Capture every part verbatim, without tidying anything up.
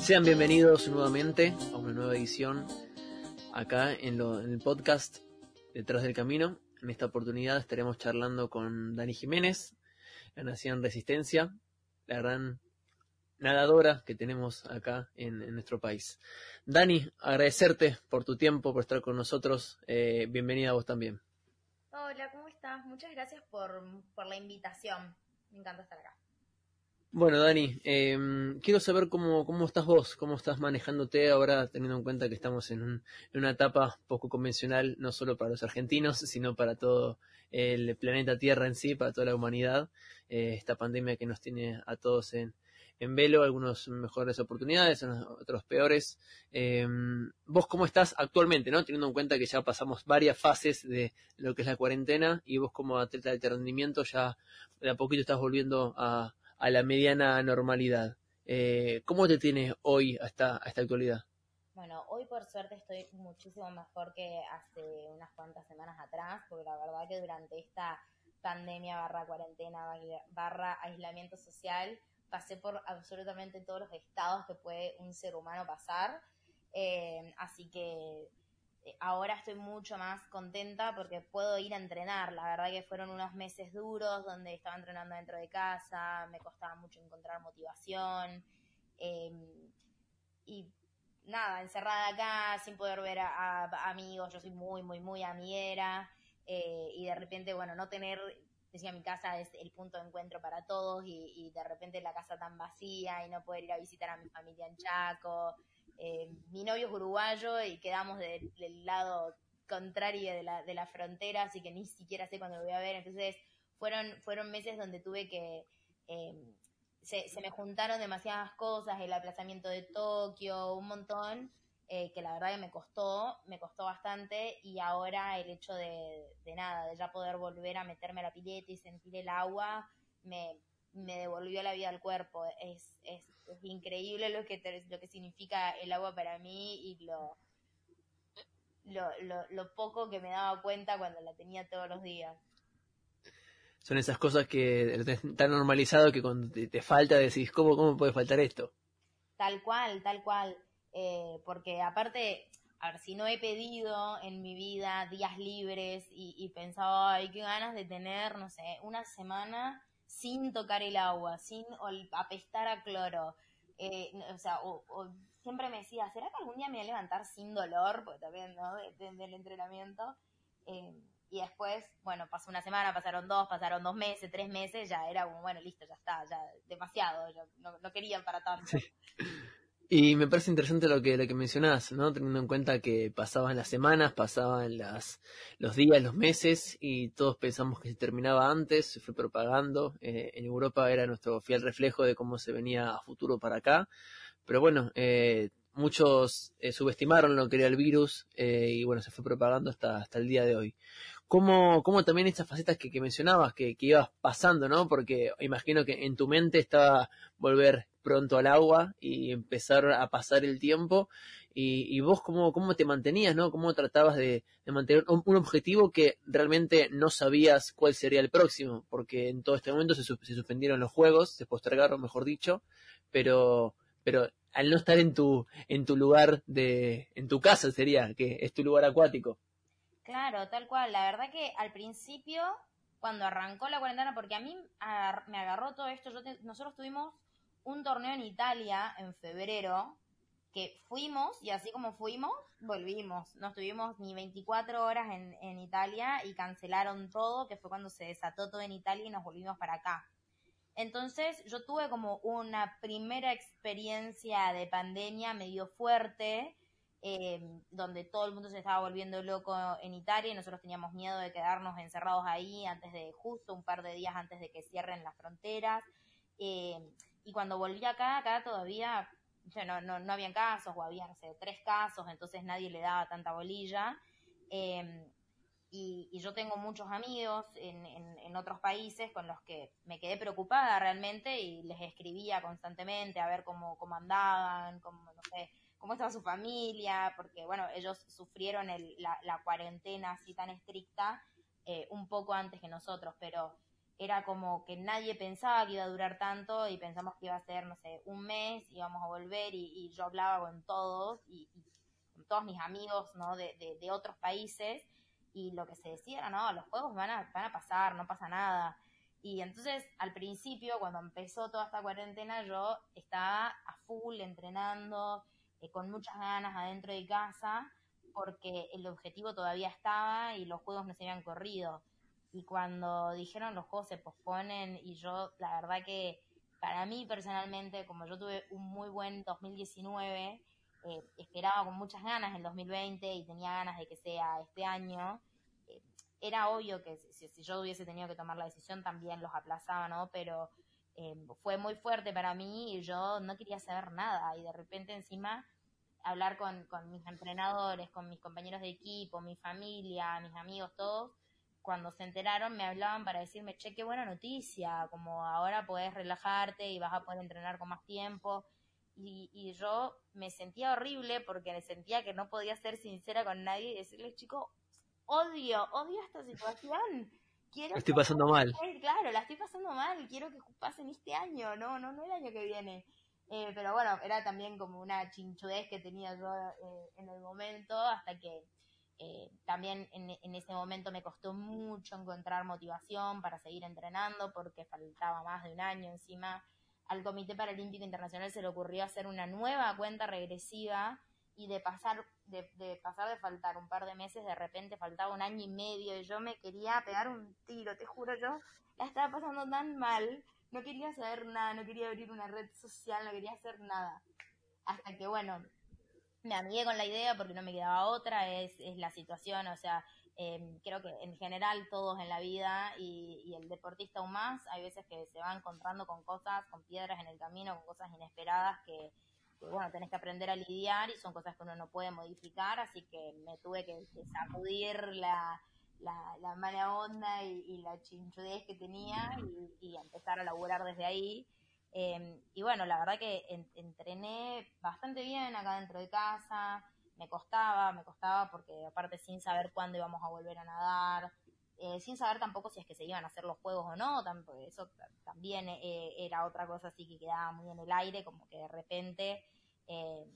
Sean bienvenidos nuevamente a una nueva edición acá en, lo, en el podcast Detrás del Camino. En esta oportunidad estaremos charlando con Dani Jiménez, la Nación Resistencia, la gran nadadora que tenemos acá en, en nuestro país. Dani, agradecerte por tu tiempo, por estar con nosotros. Eh, bienvenida a vos también. Hola, ¿cómo estás? Muchas gracias por, por la invitación. Me encanta estar acá. Bueno, Dani, eh, quiero saber cómo, cómo estás vos, cómo estás manejándote ahora, teniendo en cuenta que estamos en, un, en una etapa poco convencional, no solo para los argentinos, sino para todo el planeta Tierra en sí, para toda la humanidad. Eh, esta pandemia que nos tiene a todos en, en velo, algunos mejores oportunidades, otros peores. Eh, ¿Vos cómo estás actualmente, no? Teniendo en cuenta que ya pasamos varias fases de lo que es la cuarentena y vos como atleta de alto rendimiento ya de a poquito estás volviendo a a la mediana normalidad. Eh, ¿Cómo te tienes hoy hasta, hasta la actualidad? Bueno, hoy por suerte estoy muchísimo mejor que hace unas cuantas semanas atrás, porque la verdad que durante esta pandemia barra cuarentena barra aislamiento social pasé por absolutamente todos los estados que puede un ser humano pasar. Eh, así que ahora estoy mucho más contenta porque puedo ir a entrenar. La verdad que fueron unos meses duros donde estaba entrenando dentro de casa, me costaba mucho encontrar motivación eh, y nada, encerrada acá sin poder ver a, a amigos. Yo soy muy, muy, muy amiguera eh, y de repente, bueno, no tener, decía, mi casa es el punto de encuentro para todos y, y de repente la casa tan vacía y no poder ir a visitar a mi familia en Chaco. Eh, mi novio es uruguayo y quedamos de, del lado contrario de la, de la frontera, así que ni siquiera sé cuándo lo voy a ver. Entonces fueron, fueron meses donde tuve que... Eh, se, se me juntaron demasiadas cosas, el aplazamiento de Tokio, un montón, eh, que la verdad que me costó, me costó bastante, y ahora el hecho de, de nada, de ya poder volver a meterme a la pileta y sentir el agua, me, me devolvió la vida al cuerpo. Es, es, es increíble lo que, te, lo que significa el agua para mí y lo, lo, lo, lo poco que me daba cuenta cuando la tenía todos los días. Son esas cosas que lo tenés tan normalizado que cuando te, te falta decís, ¿cómo, cómo puede faltar esto? Tal cual, tal cual. Eh, porque aparte, a ver, si no he pedido en mi vida días libres y, y pensaba, ay, qué ganas de tener, no sé, una semana sin tocar el agua, sin ol- apestar a cloro. Eh, o sea, o, o siempre me decía, ¿será que algún día me voy a levantar sin dolor? Porque también, ¿no? De- de- del entrenamiento. Eh, y después, bueno, pasó una semana, pasaron dos, pasaron dos meses, tres meses, ya era como, bueno, listo, ya está, ya demasiado, ya no, no querían para tanto. Y me parece interesante lo que, lo que mencionás, ¿no? Teniendo en cuenta que pasaban las semanas, pasaban las, los días, los meses, y todos pensamos que se terminaba antes, se fue propagando. Eh, en Europa era nuestro fiel reflejo de cómo se venía a futuro para acá. Pero bueno, eh, muchos eh, subestimaron lo que era el virus, eh, y bueno, se fue propagando hasta, hasta el día de hoy. ¿Cómo, cómo también estas facetas que, que mencionabas, que, que ibas pasando, ¿no? Porque imagino que en tu mente estaba volver pronto al agua y empezar a pasar el tiempo, y, y vos cómo, cómo te mantenías, ¿no? Cómo tratabas de, de mantener un, un objetivo que realmente no sabías cuál sería el próximo, porque en todo este momento se, se suspendieron los juegos, se postergaron, mejor dicho, pero pero al no estar en tu en tu lugar de en tu casa, sería que es tu lugar acuático. Claro, tal cual. La verdad que al principio, cuando arrancó la cuarentena, porque a mí a- me agarró todo esto, yo te- nosotros tuvimos un torneo en Italia en febrero, que fuimos y así como fuimos, volvimos. No estuvimos ni veinticuatro horas en, en Italia y cancelaron todo, que fue cuando se desató todo en Italia y nos volvimos para acá. Entonces yo tuve como una primera experiencia de pandemia medio fuerte, eh, donde todo el mundo se estaba volviendo loco en Italia y nosotros teníamos miedo de quedarnos encerrados ahí antes de, justo un par de días antes de que cierren las fronteras. Eh, y cuando volví acá, acá todavía, o sea, no, no, no habían casos, o había, no sé, tres casos, entonces nadie le daba tanta bolilla. Eh, y, y yo tengo muchos amigos en, en, en otros países con los que me quedé preocupada realmente y les escribía constantemente a ver cómo, cómo andaban, cómo, no sé, cómo estaba su familia, porque bueno, ellos sufrieron el, la, la cuarentena así tan estricta eh, un poco antes que nosotros, pero era como que nadie pensaba que iba a durar tanto y pensamos que iba a ser, no sé, un mes, íbamos a volver y, y yo hablaba con todos y, y con todos mis amigos, ¿no? De, de, de otros países y lo que se decía era, no, los juegos van a, van a pasar, no pasa nada. Y entonces, al principio, cuando empezó toda esta cuarentena, yo estaba a full entrenando, eh, con muchas ganas adentro de casa, porque el objetivo todavía estaba y los juegos no se habían corrido. Y cuando dijeron los juegos se posponen, y yo, la verdad que para mí personalmente, como yo tuve un muy buen dos mil diecinueve, eh, esperaba con muchas ganas el dos mil veinte y tenía ganas de que sea este año, eh, era obvio que si, si yo hubiese tenido que tomar la decisión también los aplazaba, ¿no? Pero eh, fue muy fuerte para mí y yo no quería saber nada y de repente encima hablar con, con mis entrenadores, con mis compañeros de equipo, mi familia, mis amigos, todos, cuando se enteraron me hablaban para decirme, che, qué buena noticia, como ahora podés relajarte y vas a poder entrenar con más tiempo. Y, y yo me sentía horrible porque sentía que no podía ser sincera con nadie y decirles, chicos, odio, odio esta situación. Quiero Estoy pasando mal. que, claro, la estoy pasando mal, quiero que pasen este año, no, no, no el año que viene. Eh, pero bueno, era también como una chinchudez que tenía yo eh, en el momento, hasta que eh, también en, en ese momento me costó mucho encontrar motivación para seguir entrenando, porque faltaba más de un año encima. Al Comité Paralímpico Internacional se le ocurrió hacer una nueva cuenta regresiva y de pasar de, de pasar de faltar un par de meses, de repente faltaba un año y medio y yo me quería pegar un tiro, te juro, yo la estaba pasando tan mal, no quería saber nada, no quería abrir una red social, no quería hacer nada. Hasta que, bueno, me amigué con la idea porque no me quedaba otra, es, es la situación, o sea, eh, creo que en general todos en la vida y, y el deportista aún más, hay veces que se va encontrando con cosas, con piedras en el camino, con cosas inesperadas que, que, bueno, tenés que aprender a lidiar y son cosas que uno no puede modificar, así que me tuve que, que sacudir la, la, la mala onda y, y la chinchudez que tenía y, y empezar a laburar desde ahí. Eh, y bueno, la verdad que en, entrené bastante bien acá dentro de casa, me costaba, me costaba porque aparte sin saber cuándo íbamos a volver a nadar, eh, sin saber tampoco si es que se iban a hacer los juegos o no, tam eso también eh, era otra cosa así que quedaba muy en el aire, como que de repente eh,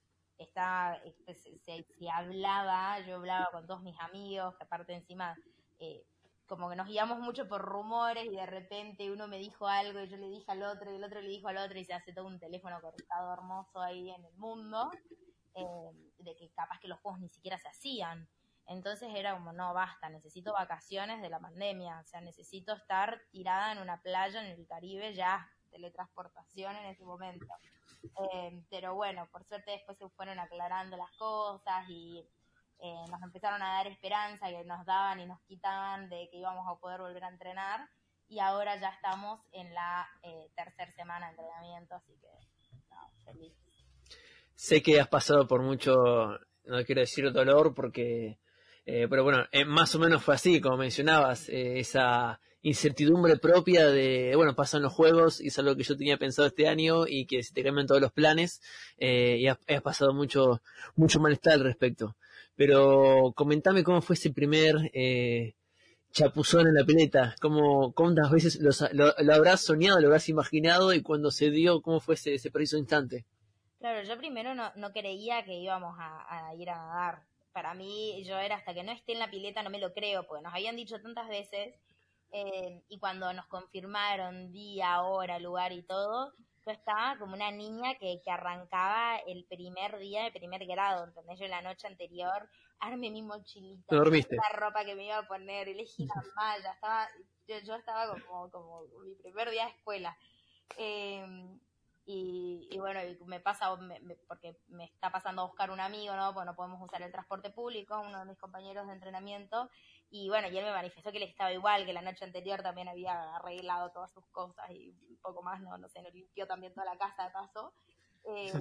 está, se, se, se hablaba, yo hablaba con todos mis amigos, que aparte encima... Eh, como que nos guiamos mucho por rumores y de repente uno me dijo algo y yo le dije al otro y el otro le dijo al otro y se hace todo un teléfono cortado hermoso ahí en el mundo, eh, de que capaz que los juegos ni siquiera se hacían. Entonces era como, no, basta, necesito vacaciones de la pandemia, o sea, necesito estar tirada en una playa en el Caribe ya, teletransportación en ese momento. Eh, pero bueno, por suerte después se fueron aclarando las cosas y eh, nos empezaron a dar esperanza que nos daban y nos quitaban de que íbamos a poder volver a entrenar y ahora ya estamos en la eh, tercera semana de entrenamiento, así que no, feliz. Sé que has pasado por mucho, no quiero decir dolor porque, eh, pero bueno, eh, más o menos fue así, como mencionabas, eh, esa incertidumbre propia de, bueno, pasan los juegos y es algo que yo tenía pensado este año y que se te cambian todos los planes, eh, y has, has pasado mucho, mucho malestar al respecto. Pero comentame cómo fue ese primer eh, chapuzón en la pileta, cómo, cuántas veces los, lo, lo habrás soñado, lo habrás imaginado y cuando se dio, cómo fue ese, ese preciso instante. Claro, yo primero no, no creía que íbamos a, a ir a nadar. Para mí, yo era hasta que no esté en la pileta, no me lo creo, porque nos habían dicho tantas veces, eh, y cuando nos confirmaron día, hora, lugar y todo, yo estaba como una niña que, que arrancaba el primer día de primer grado, ¿entendés? Yo la noche anterior armé mi mochilita, ¿No dormiste? la ropa que me iba a poner, elegí la malla, estaba, yo, yo estaba como, como mi primer día de escuela. Eh, y, y bueno, y me pasa, me, me, porque me está pasando a buscar un amigo, ¿no? Pues no podemos usar el transporte público, uno de mis compañeros de entrenamiento, y bueno, y él me manifestó que le estaba igual, que la noche anterior también había arreglado todas sus cosas y un poco más, no, no sé, nos limpió también toda la casa de paso. Eh,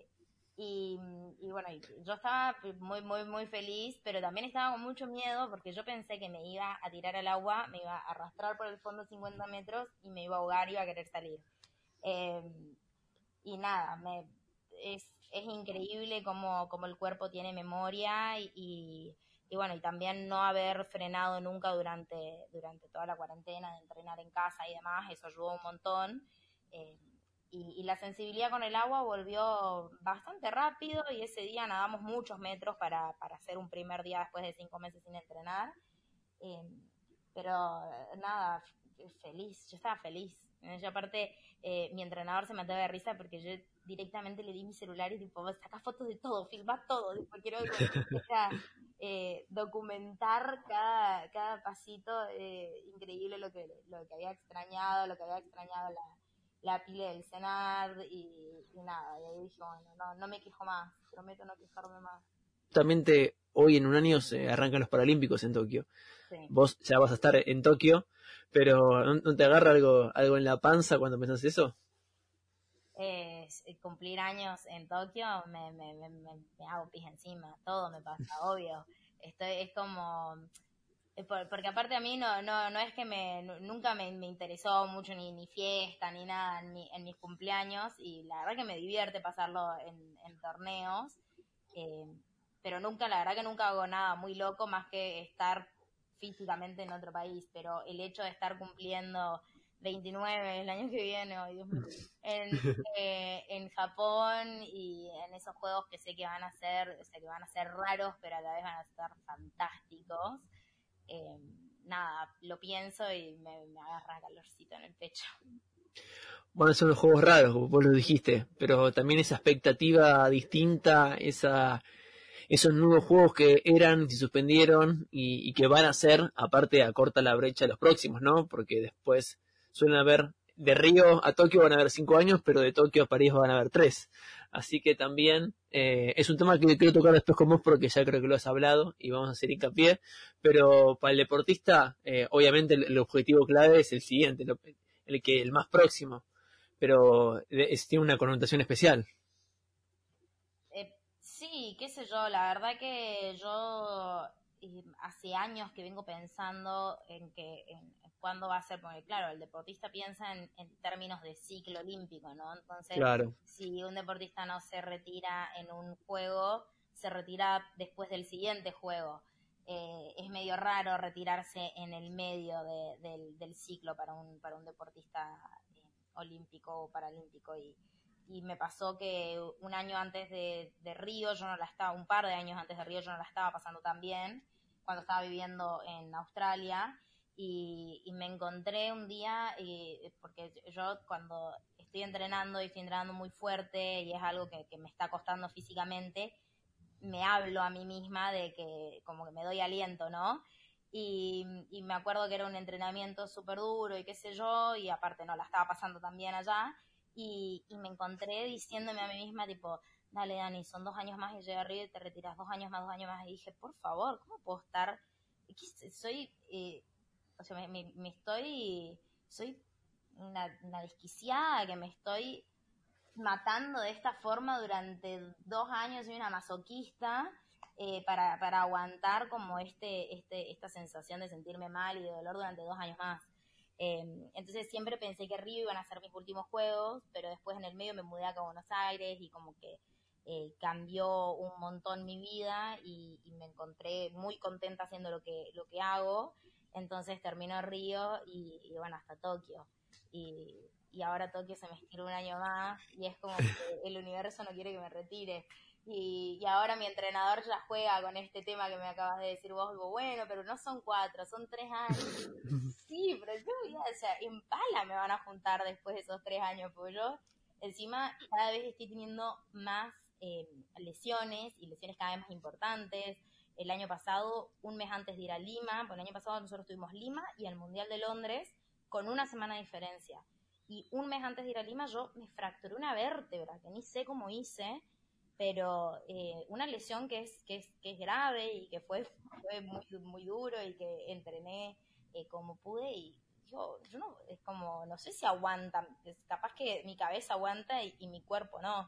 y, y bueno, y yo estaba muy, muy, muy feliz, pero también estaba con mucho miedo porque yo pensé que me iba a tirar al agua, me iba a arrastrar por el fondo cincuenta metros y me iba a ahogar y iba a querer salir. Eh, y nada, me, es, es increíble cómo, cómo el cuerpo tiene memoria y, y y bueno, y también no haber frenado nunca durante, durante toda la cuarentena de entrenar en casa y demás, eso ayudó un montón. Eh, y, y la sensibilidad con el agua volvió bastante rápido y ese día nadamos muchos metros para, para hacer un primer día después de cinco meses sin entrenar. Eh, pero nada, feliz, yo estaba feliz. Yo aparte, eh, mi entrenador se mataba de risa porque yo directamente le di mi celular y tipo, saca fotos de todo, filma todo, tipo, quiero era, eh, documentar cada, cada pasito, eh, increíble lo que, lo que había extrañado, lo que había extrañado la, la pile del cenar y, y nada, y ahí dije, bueno, no, no me quejo más, prometo no quejarme más. Justamente hoy en un año se arrancan los Paralímpicos en Tokio. Sí. Vos ya vas a estar en Tokio, pero ¿no, no te agarra algo, algo en la panza cuando pensás eso? Eh, cumplir años en Tokio me, me, me, me hago pis encima, todo me pasa, obvio. Estoy, es como, porque aparte a mí no, no, no es que me, nunca me, me interesó mucho ni, ni fiesta ni nada en, mi, en mis cumpleaños y la verdad que me divierte pasarlo en, en torneos, eh, pero nunca, la verdad que nunca hago nada muy loco más que estar físicamente en otro país, pero el hecho de estar cumpliendo veintinueve el año que viene, oh, Dios mío, en, eh, en Japón y en esos juegos que sé que van a ser, sé que van a ser raros, pero a la vez van a estar fantásticos. Eh, nada, lo pienso y me, me agarra calorcito en el pecho. Bueno, son los juegos raros, vos lo dijiste, pero también esa expectativa distinta, esa, esos nuevos juegos que eran, se suspendieron y, y que van a ser, aparte acorta la brecha a los próximos, ¿no? Porque después suelen haber, de Río a Tokio van a haber cinco años, pero de Tokio a París van a haber tres. Así que también eh, es un tema que quiero tocar después con vos porque ya creo que lo has hablado y vamos a hacer hincapié, pero para el deportista, eh, obviamente el, el objetivo clave es el siguiente, el, el que el más próximo, pero es, tiene una connotación especial. Eh, sí, qué sé yo, la verdad que yo eh, hace años que vengo pensando en que en, en cuándo va a ser, porque claro, el deportista piensa en, en términos de ciclo olímpico, ¿no? Entonces, Claro. si un deportista no se retira en un juego, se retira después del siguiente juego. Eh, es medio raro retirarse en el medio de, del, del ciclo para un, para un deportista eh, olímpico o paralímpico y y me pasó que un año antes de, de Río, yo no la estaba, un par de años antes de Río, yo no la estaba pasando tan bien, cuando estaba viviendo en Australia, y, y me encontré un día, eh, porque yo cuando estoy entrenando y estoy entrenando muy fuerte y es algo que, que me está costando físicamente, me hablo a mí misma de que como que me doy aliento, ¿no? Y, y me acuerdo que era un entrenamiento súper duro y qué sé yo, y aparte no la estaba pasando tan bien allá, y, y me encontré diciéndome a mí misma, tipo, dale Dani, son dos años más y llegué arriba y te retiras, dos años más, dos años más, y dije, por favor, ¿cómo puedo estar? Soy, eh, o sea, me, me, me estoy, soy una, una desquiciada que me estoy matando de esta forma durante dos años, soy una masoquista, eh, para, para aguantar como este, este, esta sensación de sentirme mal y de dolor durante dos años más. Eh, entonces siempre pensé que Río iban a ser mis últimos juegos, pero después en el medio me mudé acá a Buenos Aires y como que eh, cambió un montón mi vida y, y me encontré muy contenta haciendo lo que, lo que hago. Entonces terminó Río y, y bueno, hasta Tokio. Y, y ahora Tokio se me estiró un año más y es como que el universo no quiere que me retire. Y, y ahora mi entrenador ya juega con este tema que me acabas de decir vos, digo, bueno, pero no son cuatro, son tres años. Sí, pero yo voy a, o sea, en pala me van a juntar después de esos tres años, porque yo encima cada vez estoy teniendo más eh, lesiones y lesiones cada vez más importantes. El año pasado, un mes antes de ir a Lima, porque el año pasado nosotros tuvimos Lima y el Mundial de Londres con una semana de diferencia. Y un mes antes de ir a Lima yo me fracturé una vértebra, que ni sé cómo hice, pero eh, una lesión que es, que es, que es grave y que fue, fue muy, muy duro y que entrené eh, como pude y yo, yo no, es como, no sé si aguanta, es capaz que mi cabeza aguanta y, y mi cuerpo no.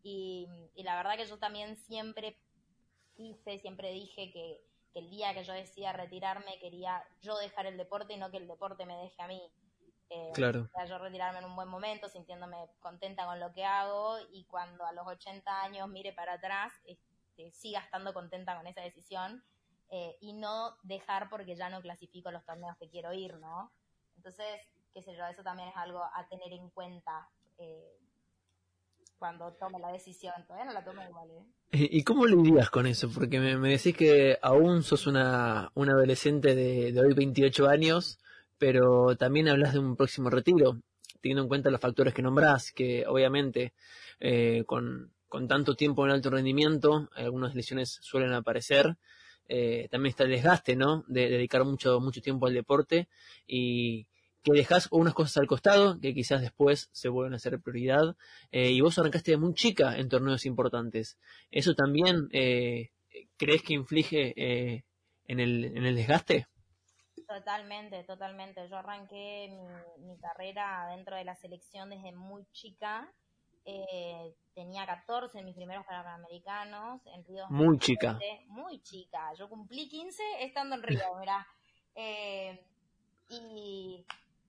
Y, y la verdad que yo también siempre quise, siempre dije que, que el día que yo decida retirarme quería yo dejar el deporte y no que el deporte me deje a mí. Eh, Claro. para yo retirarme en un buen momento, sintiéndome contenta con lo que hago y cuando a los ochenta años mire para atrás, este, siga estando contenta con esa decisión. eh, y no dejar porque ya no clasifico los torneos que quiero ir, ¿no? Entonces, qué sé yo, eso también es algo a tener en cuenta eh, cuando tome la decisión. Todavía no la tomo igual, ¿eh? ¿Y cómo lidias con eso? Porque me, me decís que aún sos una, una adolescente de, de hoy veintiocho años, pero también hablas de un próximo retiro, teniendo en cuenta los factores que nombrás, que obviamente eh, con, con tanto tiempo en alto rendimiento, algunas lesiones suelen aparecer. Eh, también está el desgaste, ¿no? De, de dedicar mucho, mucho tiempo al deporte y que dejás unas cosas al costado, que quizás después se vuelven a ser prioridad. Eh, y vos arrancaste de muy chica en torneos importantes. ¿Eso también eh, crees que inflige eh, en, el, en el desgaste? Totalmente, totalmente. Yo arranqué mi, mi carrera dentro de la selección desde muy chica. Eh, tenía catorce en mis primeros Panamericanos en Río Muy chica. dos mil siete, muy chica. Yo cumplí quince estando en Río, mirá. Eh, y,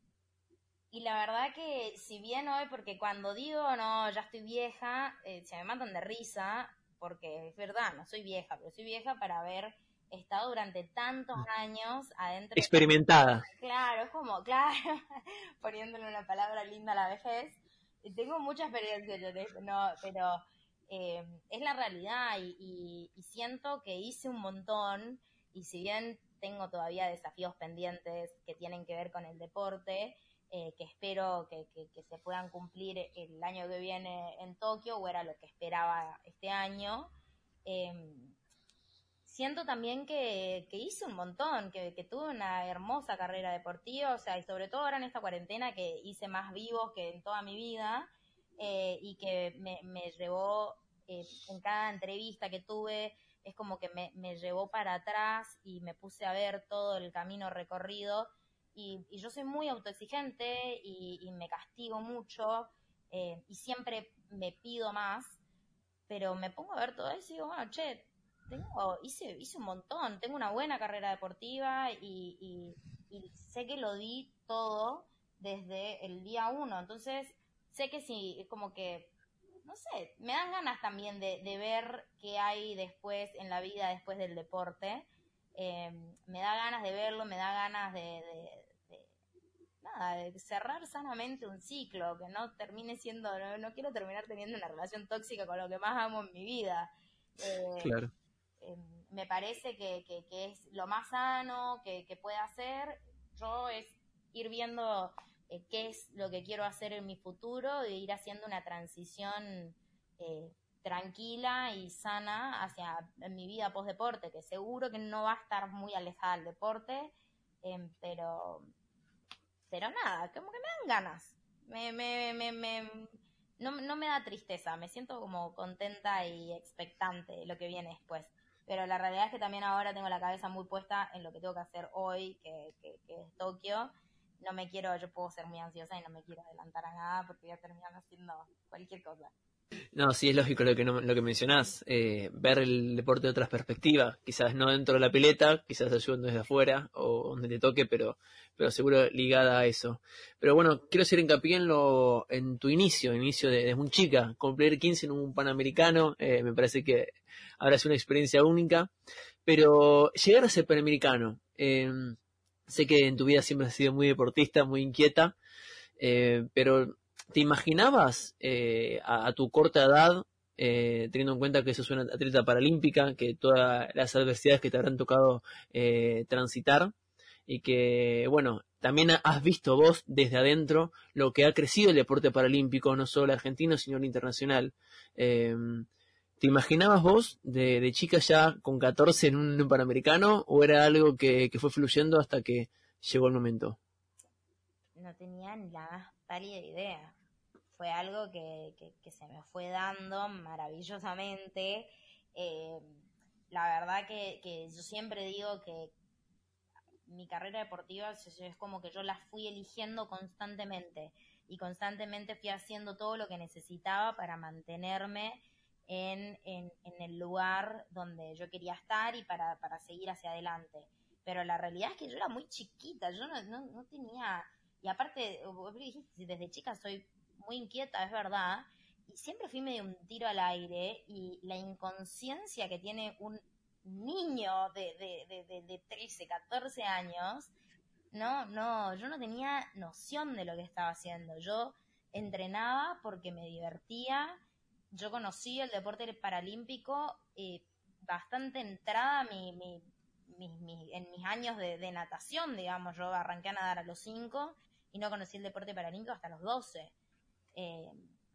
y la verdad que si bien hoy, porque cuando digo no, ya estoy vieja, eh, se me matan de risa, porque es verdad, no soy vieja, pero soy vieja para haber estado durante tantos años adentro de esta. Experimentada. Claro, es como, claro, poniéndole una palabra linda a la vejez. Y tengo mucha experiencia yo en esto, no, pero eh, es la realidad y, y, y siento que hice un montón y si bien tengo todavía desafíos pendientes que tienen que ver con el deporte, eh, que espero que, que, que se puedan cumplir el año que viene en Tokio, o era lo que esperaba este año, eh, siento también que, que hice un montón, que, que tuve una hermosa carrera deportiva, o sea, y sobre todo ahora en esta cuarentena que hice más vivos que en toda mi vida, eh, y que me, me llevó, eh, en cada entrevista que tuve, es como que me, me llevó para atrás y me puse a ver todo el camino recorrido, y, y yo soy muy autoexigente y, y me castigo mucho, eh, y siempre me pido más, pero me pongo a ver todo eso y digo, bueno, che, tengo, hice, hice un montón, tengo una buena carrera deportiva y, y, y sé que lo di todo desde el día uno, entonces sé que sí, es como que, no sé, me dan ganas también de, de ver qué hay después en la vida, después del deporte, eh, me da ganas de verlo, me da ganas de, de, de nada, de cerrar sanamente un ciclo, que no termine siendo, no, no quiero terminar teniendo una relación tóxica con lo que más amo en mi vida. Eh, Claro. eh, Me parece que, que, que es lo más sano que, que pueda hacer. Yo es ir viendo eh, qué es lo que quiero hacer en mi futuro e ir haciendo una transición eh, tranquila y sana hacia mi vida post deporte, que seguro que no va a estar muy alejada del deporte, eh, pero pero nada, como que me dan ganas. Me, me, me, me, no, no me da tristeza, me siento como contenta y expectante de lo que viene después. Pero la realidad es que también ahora tengo la cabeza muy puesta en lo que tengo que hacer hoy, que, que, que es Tokio. No me quiero, yo puedo ser muy ansiosa y no me quiero adelantar a nada porque voy a terminar haciendo cualquier cosa. No, sí es lógico lo que no- lo que mencionás, eh, ver el deporte de otras perspectivas, quizás no dentro de la pileta, quizás ayudando desde afuera o donde te toque, pero, pero seguro ligada a eso. Pero bueno, quiero hacer hincapié en lo, en tu inicio, inicio de, de muy chica, cumplir quince en un Panamericano, eh, me parece que habrá sido una experiencia única, pero llegar a ser Panamericano, eh, sé que en tu vida siempre has sido muy deportista, muy inquieta, eh, pero ¿te imaginabas eh, a, a, tu corta edad, eh, teniendo en cuenta que sos una atleta paralímpica, que todas las adversidades que te habrán tocado eh, transitar y que, bueno, también has visto vos desde adentro lo que ha crecido el deporte paralímpico, no solo el argentino, sino el internacional? Eh, ¿Te imaginabas vos de, de chica ya con catorce en un, en un Panamericano o era algo que, que fue fluyendo hasta que llegó el momento? No tenía ni la más pálida idea. Fue algo que, que, que se me fue dando maravillosamente. Eh, la verdad que, que yo siempre digo que mi carrera deportiva es, es como que yo la fui eligiendo constantemente y constantemente fui haciendo todo lo que necesitaba para mantenerme en, en, en el lugar donde yo quería estar y para, para seguir hacia adelante. Pero la realidad es que yo era muy chiquita, yo no, no, no tenía, y aparte, vos dijiste, desde chica soy muy inquieta, es verdad, y siempre fui medio un tiro al aire y la inconsciencia que tiene un niño de, de, de, de, de trece, catorce años, no, no, yo no tenía noción de lo que estaba haciendo. Yo entrenaba porque me divertía. Yo conocí el deporte paralímpico eh, bastante entrada mi, mi, mi, mi, en mis años de, de natación, digamos. Yo arranqué a nadar a los cinco y no conocí el deporte paralímpico hasta los doce. Eh,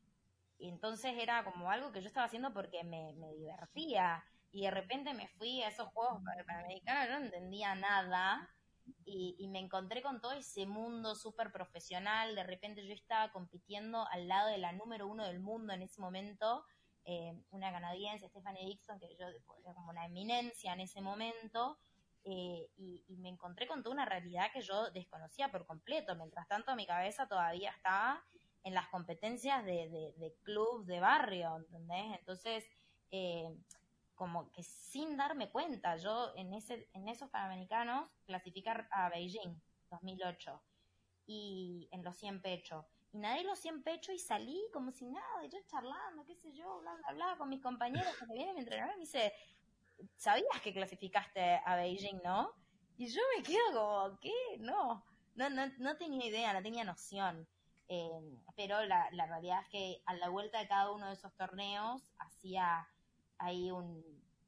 y entonces era como algo que yo estaba haciendo porque me, me divertía. Y de repente me fui a esos Juegos Panamericanos, yo no entendía nada. Y, y me encontré con todo ese mundo súper profesional. De repente yo estaba compitiendo al lado de la número uno del mundo en ese momento, eh, una canadiense, Stephanie Dixon, que yo era como una eminencia en ese momento. Eh, y, y me encontré con toda una realidad que yo desconocía por completo. Mientras tanto, mi cabeza todavía estaba en las competencias de, de, de club, de barrio, ¿entendés? Entonces, eh, como que sin darme cuenta, yo en ese en esos Panamericanos clasificar a Beijing dos mil ocho y en los cien pecho. Y nadé los cien pecho y salí como si nada, y yo charlando, qué sé yo, bla, bla, bla, con mis compañeros, que viene mi entrenador y me dice, ¿sabías que clasificaste a Beijing, no? Y yo me quedo como, ¿qué? No, no, no, no tenía idea, no tenía noción. Eh, pero la, la realidad es que a la vuelta de cada uno de esos torneos hacía ahí un,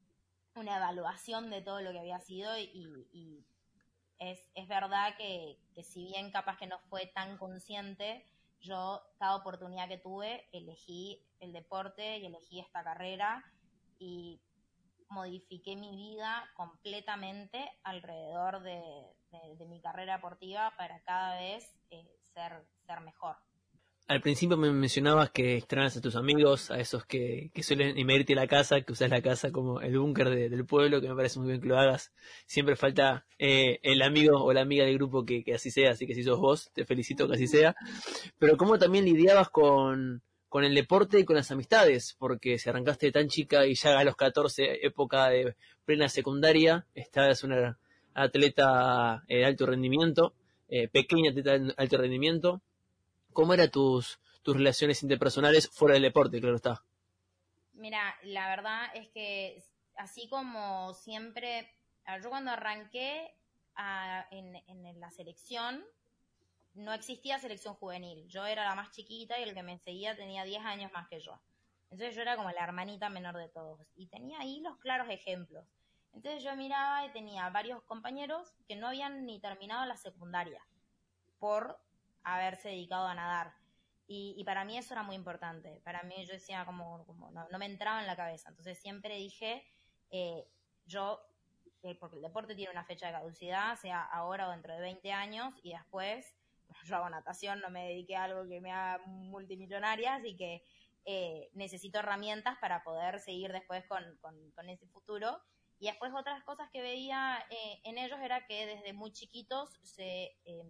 una evaluación de todo lo que había sido y, y es, es verdad que, que si bien capaz que no fue tan consciente, yo cada oportunidad que tuve elegí el deporte y elegí esta carrera y modifiqué mi vida completamente alrededor de, de, de mi carrera deportiva para cada vez eh, ser, ser mejor. Al principio me mencionabas que extrañas a tus amigos, a esos que, que suelen invadirte la casa, que usas la casa como el búnker de, del pueblo, que me parece muy bien que lo hagas. Siempre falta eh, el amigo o la amiga del grupo que, que así sea, así que si sos vos, te felicito que así sea. Pero cómo también lidiabas con, con el deporte y con las amistades, porque si arrancaste tan chica y ya a los catorce, época de plena secundaria, estabas una atleta de alto rendimiento, eh, pequeña atleta de alto rendimiento. ¿Cómo eran tus, tus relaciones interpersonales fuera del deporte, claro está? Mira, la verdad es que así como siempre, yo cuando arranqué a, en, en la selección, no existía selección juvenil. Yo era la más chiquita y el que me seguía tenía diez años más que yo. Entonces yo era como la hermanita menor de todos. Y tenía ahí los claros ejemplos. Entonces yo miraba y tenía varios compañeros que no habían ni terminado la secundaria por haberse dedicado a nadar. Y, y para mí eso era muy importante. Para mí yo decía como, como no, no me entraba en la cabeza. Entonces siempre dije, eh, yo, eh, porque el deporte tiene una fecha de caducidad, sea ahora o dentro de veinte años, y después, yo hago natación, no me dediqué a algo que me haga multimillonaria, así que eh, necesito herramientas para poder seguir después con, con, con ese futuro. Y después otras cosas que veía eh, en ellos era que desde muy chiquitos se... Eh,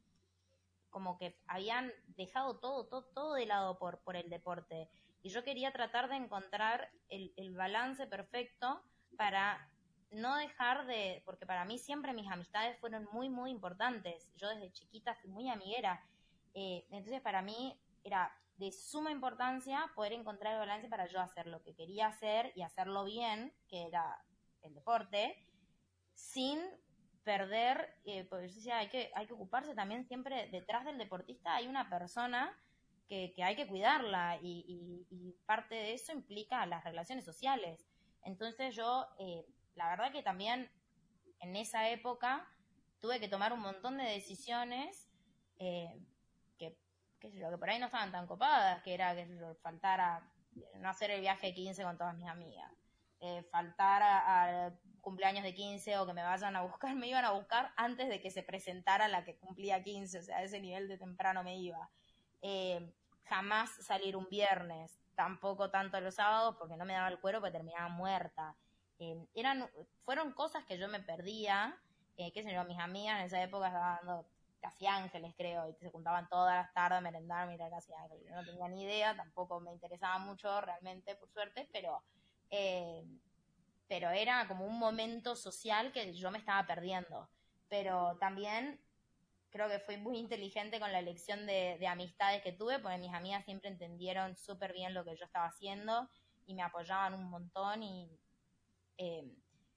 como que habían dejado todo, todo, todo de lado por, por el deporte. Y yo quería tratar de encontrar el, el balance perfecto para no dejar de, porque para mí siempre mis amistades fueron muy, muy importantes. Yo desde chiquita fui muy amiguera. Eh, entonces para mí era de suma importancia poder encontrar el balance para yo hacer lo que quería hacer y hacerlo bien, que era el deporte, sin perder, eh, porque yo decía, hay que, hay que ocuparse también siempre, detrás del deportista hay una persona que, que hay que cuidarla y, y, y parte de eso implica las relaciones sociales. Entonces yo, eh, la verdad que también en esa época tuve que tomar un montón de decisiones eh, que, qué sé yo, que por ahí no estaban tan copadas, que era que yo, faltara no hacer el viaje de quince con todas mis amigas, eh, faltar a, a cumpleaños de quince o que me vayan a buscar, me iban a buscar antes de que se presentara la que cumplía quince, o sea, a ese nivel de temprano me iba. Eh, jamás salir un viernes, tampoco tanto los sábados porque no me daba el cuero porque terminaba muerta. Eh, eran, fueron cosas que yo me perdía, eh, qué sé yo, mis amigas en esa época estaban dando Casi Ángeles, creo, y se juntaban todas las tardes a merendar, mirar Casi Ángeles. Yo no tenía ni idea, tampoco me interesaba mucho realmente, por suerte, pero... Eh, pero era como un momento social que yo me estaba perdiendo. Pero también creo que fui muy inteligente con la elección de, de amistades que tuve, porque mis amigas siempre entendieron súper bien lo que yo estaba haciendo y me apoyaban un montón y, eh,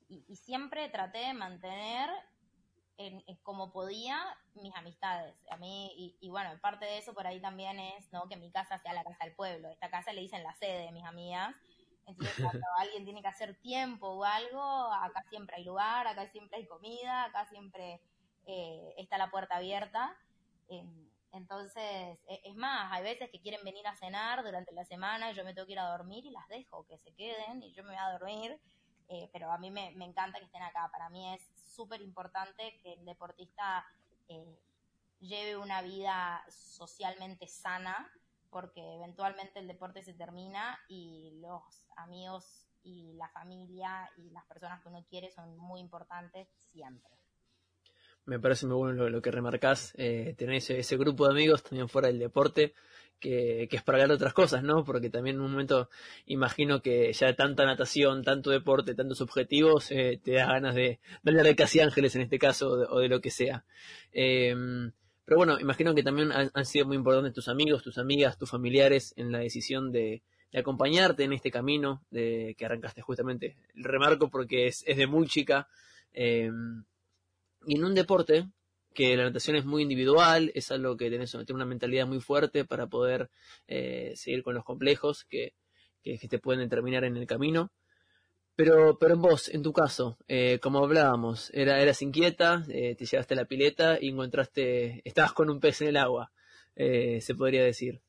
y, y siempre traté de mantener en, en como podía mis amistades. A mí, y, y bueno, parte de eso por ahí también es, ¿no?, que mi casa sea la casa del pueblo. Esta casa le dicen la sede de mis amigas. Entonces, cuando alguien tiene que hacer tiempo o algo, acá siempre hay lugar, acá siempre hay comida, acá siempre eh, está la puerta abierta. Eh, entonces, e- es más, hay veces que quieren venir a cenar durante la semana y yo me tengo que ir a dormir y las dejo que se queden y yo me voy a dormir. Eh, pero a mí me, me encanta que estén acá. Para mí es súper importante que el deportista eh, lleve una vida socialmente sana, porque eventualmente el deporte se termina y los amigos y la familia y las personas que uno quiere son muy importantes siempre. Me parece muy bueno lo, lo que remarcás, eh, tener ese, ese grupo de amigos también fuera del deporte, que, que es para hablar de otras cosas, ¿no? Porque también en un momento imagino que ya tanta natación, tanto deporte, tantos objetivos, eh, te da ganas de, de hablar de Casi Ángeles en este caso, o de, o de lo que sea. Eh, pero bueno, imagino que también han, han sido muy importantes tus amigos, tus amigas, tus familiares en la decisión de, de acompañarte en este camino de que arrancaste justamente. Remarco porque es, es de muy chica. Eh, y en un deporte que la natación es muy individual, es algo que tenés que tener una mentalidad muy fuerte para poder eh, seguir con los complejos que, que, que te pueden determinar en el camino. Pero, pero en vos, en tu caso, eh, como hablábamos, era, eras inquieta, eh, te llevaste a la pileta y encontraste, estabas con un pez en el agua, eh, se podría decir.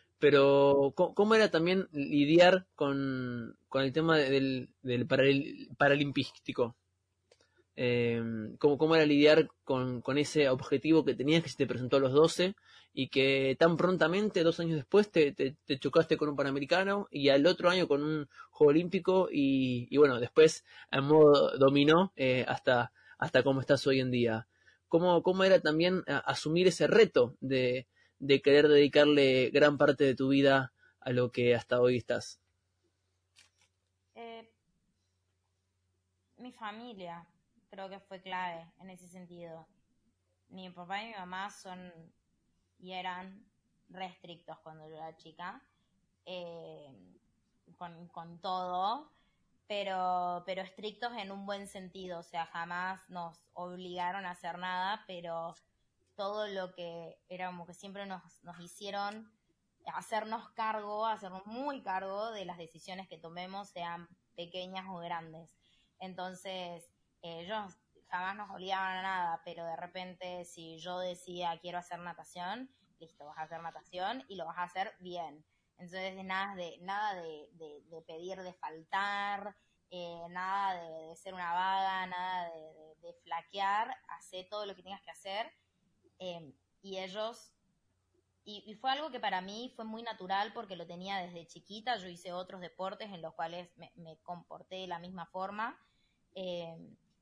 Pero, ¿cómo, cómo era también lidiar con, con el tema del, del paral, paralimpístico? Eh, cómo, cómo era lidiar con, con ese objetivo que tenías, que se te presentó a los doce y que tan prontamente, dos años después, te, te, te chocaste con un Panamericano y al otro año con un Juego Olímpico y, y bueno, después a modo dominó eh, hasta, hasta cómo estás hoy en día. ¿Cómo, cómo era también a, asumir ese reto de, de querer dedicarle gran parte de tu vida a lo que hasta hoy estás? Eh, mi familia creo que fue clave en ese sentido. Mi papá y mi mamá son y eran restrictos cuando yo era chica, eh, con, con todo, pero, pero estrictos en un buen sentido, o sea, jamás nos obligaron a hacer nada, pero todo lo que era como que siempre nos, nos hicieron hacernos cargo, hacernos muy cargo de las decisiones que tomemos, sean pequeñas o grandes. Entonces, eh, ellos jamás nos obligaban a nada, pero de repente si yo decía quiero hacer natación, listo, vas a hacer natación y lo vas a hacer bien. Entonces, nada de, nada de, de, de pedir de faltar, eh, nada de, de ser una vaga, nada de, de, de flaquear, hacer todo lo que tengas que hacer. Eh, y ellos y, y fue algo que para mí fue muy natural porque lo tenía desde chiquita. Yo hice otros deportes en los cuales me, me comporté de la misma forma. eh,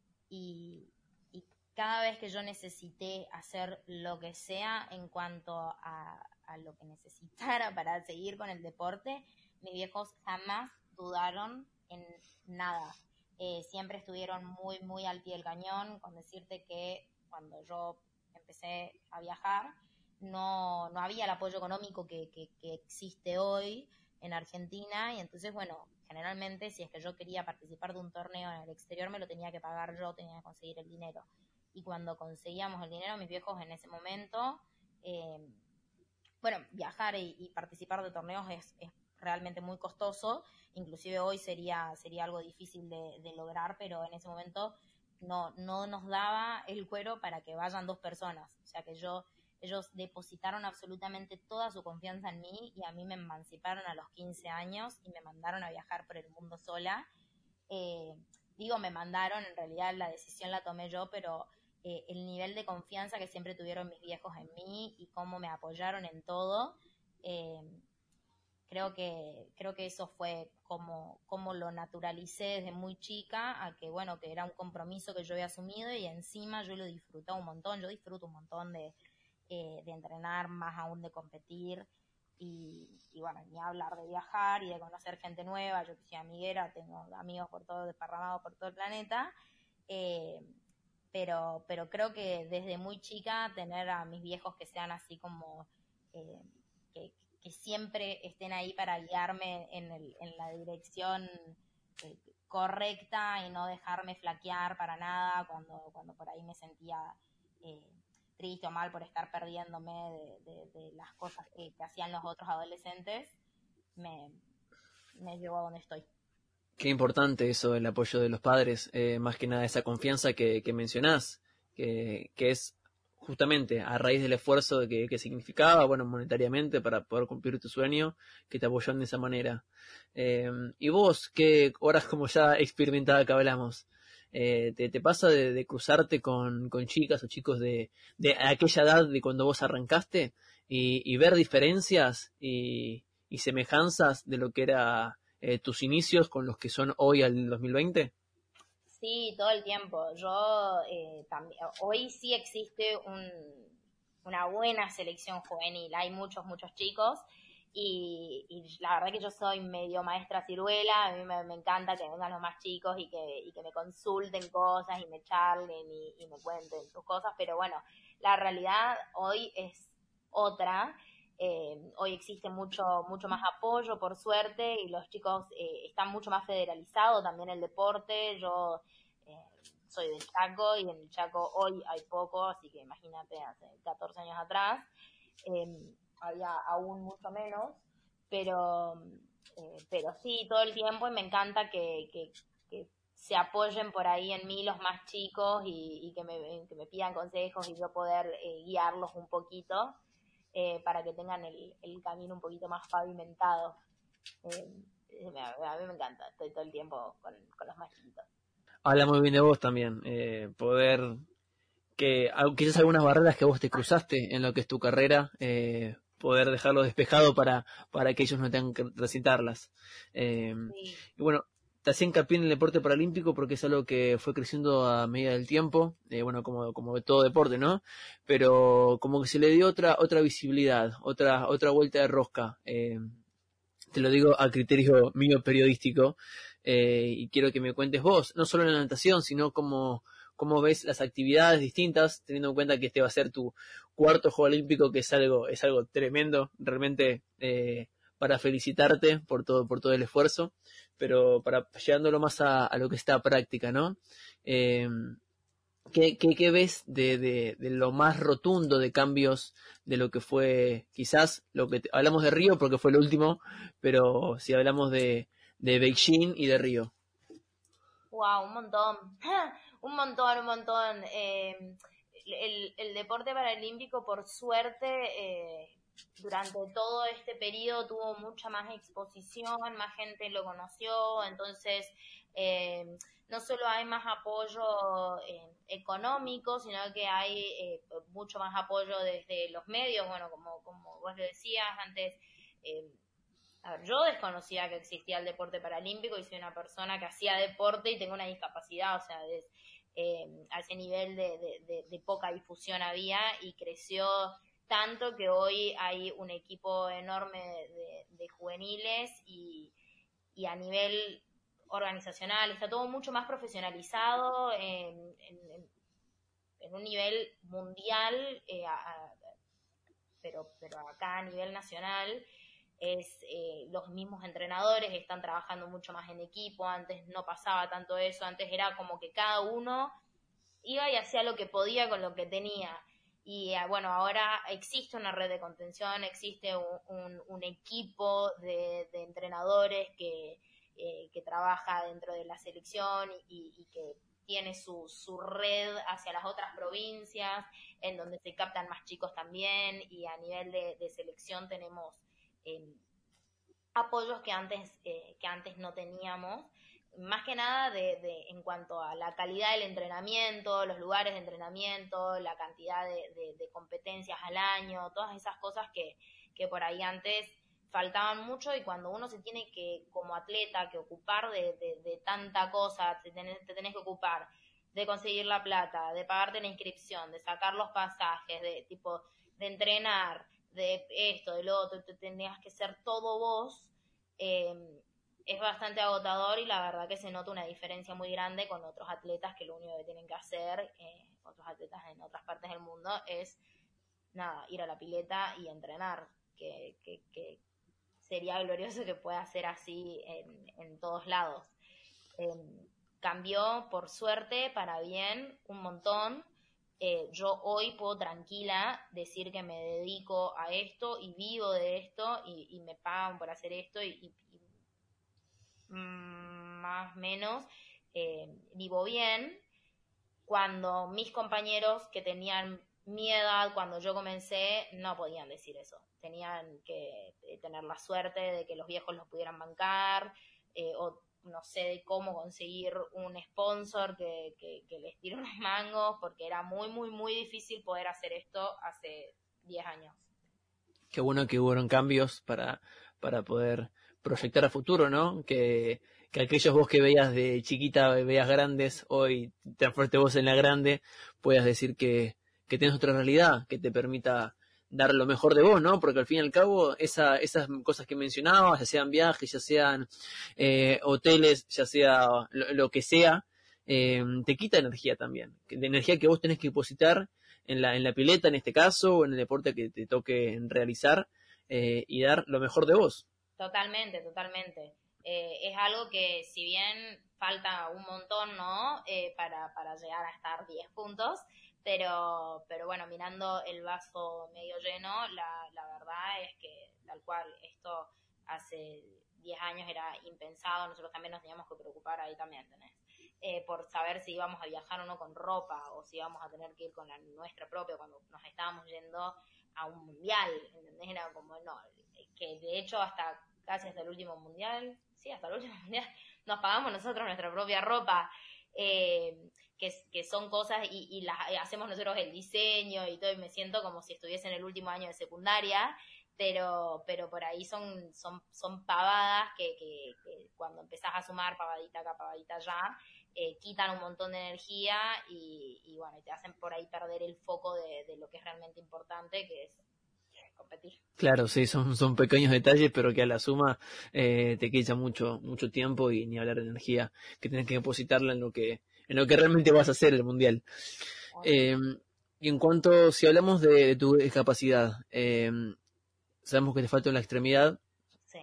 y, y cada vez que yo necesité hacer lo que sea en cuanto a, a lo que necesitara para seguir con el deporte, mis viejos jamás dudaron en nada. Eh, siempre estuvieron muy, muy al pie del cañón, con decirte que cuando yo empecé a viajar, no, no había el apoyo económico que, que, que existe hoy en Argentina, y entonces, bueno, generalmente si es que yo quería participar de un torneo en el exterior me lo tenía que pagar yo, tenía que conseguir el dinero. Y cuando conseguíamos el dinero, mis viejos en ese momento, eh, bueno, viajar y, y participar de torneos es, es realmente muy costoso, inclusive hoy sería, sería algo difícil de, de lograr, pero en ese momento no, no nos daba el cuero para que vayan dos personas, o sea que yo ellos depositaron absolutamente toda su confianza en mí y a mí me emanciparon a los quince años y me mandaron a viajar por el mundo sola. Eh, digo, me mandaron, en realidad la decisión la tomé yo, pero eh, el nivel de confianza que siempre tuvieron mis viejos en mí y cómo me apoyaron en todo, eh, creo que creo que eso fue como, como lo naturalicé desde muy chica a que, bueno, que era un compromiso que yo había asumido y encima yo lo disfrutaba un montón. Yo disfruto un montón de, eh, de entrenar, más aún de competir y, y bueno, ni hablar de viajar y de conocer gente nueva. Yo que soy amiguera, tengo amigos por todo, desparramados por todo el planeta, eh, pero, pero creo que desde muy chica tener a mis viejos que sean así como, eh, que, que siempre estén ahí para guiarme en, el, en la dirección eh, correcta y no dejarme flaquear para nada cuando, cuando por ahí me sentía eh, triste o mal por estar perdiéndome de, de, de las cosas que, que hacían los otros adolescentes, me, me llevó a donde estoy. Qué importante eso, el apoyo de los padres, eh, más que nada esa confianza que, que mencionás, que, que es justamente a raíz del esfuerzo que, que significaba, bueno, monetariamente para poder cumplir tu sueño, que te apoyaron de esa manera. Eh, y vos, qué horas como ya experimentada que hablamos, eh, ¿te, te pasa de, de cruzarte con, con chicas o chicos de, de aquella edad de cuando vos arrancaste y, y ver diferencias y, y semejanzas de lo que era eh, tus inicios con los que son hoy al dos mil veinte? Sí, todo el tiempo. Yo eh, también, hoy sí existe un, una buena selección juvenil. Hay muchos, muchos chicos y, y la verdad que yo soy medio maestra ciruela. A mí me, me encanta que vengan los más chicos y que, y que me consulten cosas y me charlen y, y me cuenten sus cosas. Pero bueno, la realidad hoy es otra. Eh, hoy existe mucho mucho más apoyo, por suerte, y los chicos eh, están mucho más federalizados también el deporte. Yo eh, soy del Chaco y en el Chaco hoy hay poco, así que imagínate, hace catorce años atrás eh, había aún mucho menos, pero, eh, pero sí, todo el tiempo y me encanta que, que, que se apoyen por ahí en mí los más chicos y, y que, me, que me pidan consejos y yo poder eh, guiarlos un poquito eh, para que tengan el, el camino un poquito más pavimentado. Eh, a, a mí me encanta, estoy todo el tiempo con, con los más chiquitos. Habla muy bien de vos también, eh, poder que au- quizás algunas barreras que vos te cruzaste en lo que es tu carrera, eh, poder dejarlo despejado para, para que ellos no tengan que recitarlas. Eh, Sí. y bueno, te hacía hincapié en el deporte paralímpico porque es algo que fue creciendo a medida del tiempo, eh, bueno, como, como todo deporte, ¿no? Pero como que se le dio otra, otra visibilidad, otra, otra vuelta de rosca. Eh, te lo digo a criterio mío periodístico, eh, y quiero que me cuentes vos, no solo en la natación, sino cómo, cómo ves las actividades distintas, teniendo en cuenta que este va a ser tu cuarto Juego Olímpico, que es algo, es algo tremendo, realmente, eh, para felicitarte por todo, por todo el esfuerzo, pero para llevándolo más a, a lo que está práctica, ¿no? Eh, ¿Qué, qué, qué ves de, de, de lo más rotundo de cambios de lo que fue quizás lo que te- hablamos de Río porque fue el último, pero si hablamos de, de Beijing y de Río? Wow, un montón, un montón, un montón. Eh, el, el deporte paralímpico, por suerte, eh, durante todo este periodo tuvo mucha más exposición, más gente lo conoció, entonces eh, no solo hay más apoyo eh, económico, sino que hay eh, mucho más apoyo desde los medios, bueno, como, como vos lo decías antes. eh, a ver, yo desconocía que existía el deporte paralímpico y soy una persona que hacía deporte y tengo una discapacidad, o sea, es, eh, a ese nivel de, de, de, de poca difusión había y creció tanto que hoy hay un equipo enorme de, de juveniles y, y a nivel organizacional está todo mucho más profesionalizado en, en, en un nivel mundial, eh, a, a, pero, pero acá a nivel nacional es eh, los mismos entrenadores están trabajando mucho más en equipo. Antes no pasaba tanto eso, antes era como que cada uno iba y hacía lo que podía con lo que tenía. Y eh, bueno, ahora existe una red de contención, existe un, un, un equipo de, de entrenadores que, eh, que trabaja dentro de la selección y, y que tiene su, su red hacia las otras provincias, en donde se captan más chicos también, y a nivel de, de selección tenemos eh, apoyos que antes, eh, que antes no teníamos, más que nada de, de, en cuanto a la calidad del entrenamiento, los lugares de entrenamiento, la cantidad de, de, de competencias al año, todas esas cosas que, que por ahí antes faltaban mucho, y cuando uno se tiene que, como atleta, que ocupar de, de, de tanta cosa, te tenés, te tenés que ocupar de conseguir la plata, de pagarte la inscripción, de sacar los pasajes, de tipo, de entrenar, de esto, de lo otro, te tenías que ser todo vos, eh, es bastante agotador y la verdad que se nota una diferencia muy grande con otros atletas que lo único que tienen que hacer, eh, otros atletas en otras partes del mundo, es nada, ir a la pileta y entrenar, que, que, que sería glorioso que pueda ser así en, en todos lados. Eh, cambió, por suerte, para bien, un montón. Eh, yo hoy puedo tranquila decir que me dedico a esto y vivo de esto y, y me pagan por hacer esto y, y, y mm, más o menos eh, vivo bien. Cuando mis compañeros que tenían mi edad, cuando yo comencé, no podían decir eso. Tenían que eh, tener la suerte de que los viejos los pudieran bancar, eh, o no sé de cómo conseguir un sponsor que, que, que les tire unos mangos, porque era muy, muy, muy difícil poder hacer esto hace diez años. Qué bueno que hubo cambios para, para poder proyectar a futuro, ¿no? Que, que aquellos vos que veías de chiquita, veías grandes, hoy transformaste vos en la grande, puedas decir que, que tienes otra realidad, que te permita dar lo mejor de vos, ¿no? Porque al fin y al cabo, esa, esas cosas que mencionabas, ya sean viajes, ya sean eh, hoteles, ya sea lo, lo que sea, eh, te quita energía también. De energía que vos tenés que depositar en la, en la pileta en este caso, o en el deporte que te toque realizar, eh, y dar lo mejor de vos. Totalmente, totalmente. Eh, es algo que si bien falta un montón, ¿no? Eh, para, para llegar a estar diez puntos, pero, pero bueno, mirando el vaso medio lleno, la, la verdad es que tal cual, esto hace diez años era impensado, nosotros también nos teníamos que preocupar ahí también, ¿tenés? Eh, por saber si íbamos a viajar o no con ropa, o si íbamos a tener que ir con la nuestra propia cuando nos estábamos yendo a un mundial, ¿entendés? Era como, no, que de hecho hasta casi hasta el último mundial, sí, hasta el último mundial, nos pagamos nosotros nuestra propia ropa, eh, que, que son cosas y, y las hacemos nosotros el diseño y todo, y me siento como si estuviese en el último año de secundaria, pero, pero por ahí son, son, son pavadas que, que, que cuando empezás a sumar pavadita acá, pavadita allá, eh, quitan un montón de energía y, y bueno, y te hacen por ahí perder el foco de, de lo que es realmente importante, que es competir. Claro, sí, son, son pequeños detalles, pero que a la suma eh, te quita mucho, mucho tiempo y ni hablar de energía, que tienes que depositarla en lo que, en lo que realmente vas a hacer el mundial. Eh, y en cuanto, si hablamos de, de tu discapacidad, eh, sabemos que te falta una extremidad. Sí.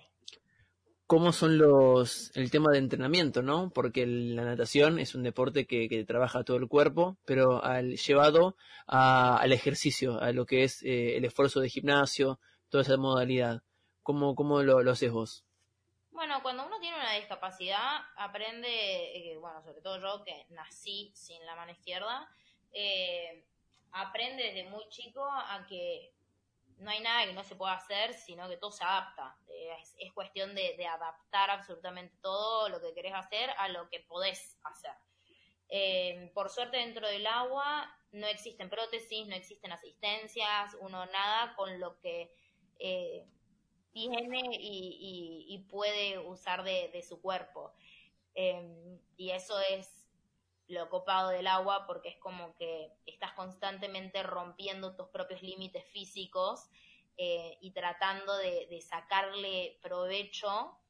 ¿Cómo son los, el tema de entrenamiento, no? Porque la natación es un deporte que, que trabaja todo el cuerpo, pero al llevado a, al ejercicio, a lo que es eh, el esfuerzo de gimnasio, toda esa modalidad. ¿Cómo, cómo lo, lo haces vos? Bueno, cuando uno tiene una discapacidad, aprende, eh, bueno, sobre todo yo que nací sin la mano izquierda, eh, aprende desde muy chico a que no hay nada que no se pueda hacer, sino que todo se adapta. Eh, es, es cuestión de, de adaptar absolutamente todo lo que querés hacer a lo que podés hacer. Eh, por suerte dentro del agua no existen prótesis, no existen asistencias, uno nada con lo que eh, tiene y, y, y puede usar de, de su cuerpo. Eh, y eso es lo copado del agua porque es como que estás constantemente rompiendo tus propios límites físicos eh, y tratando de, de sacarle provecho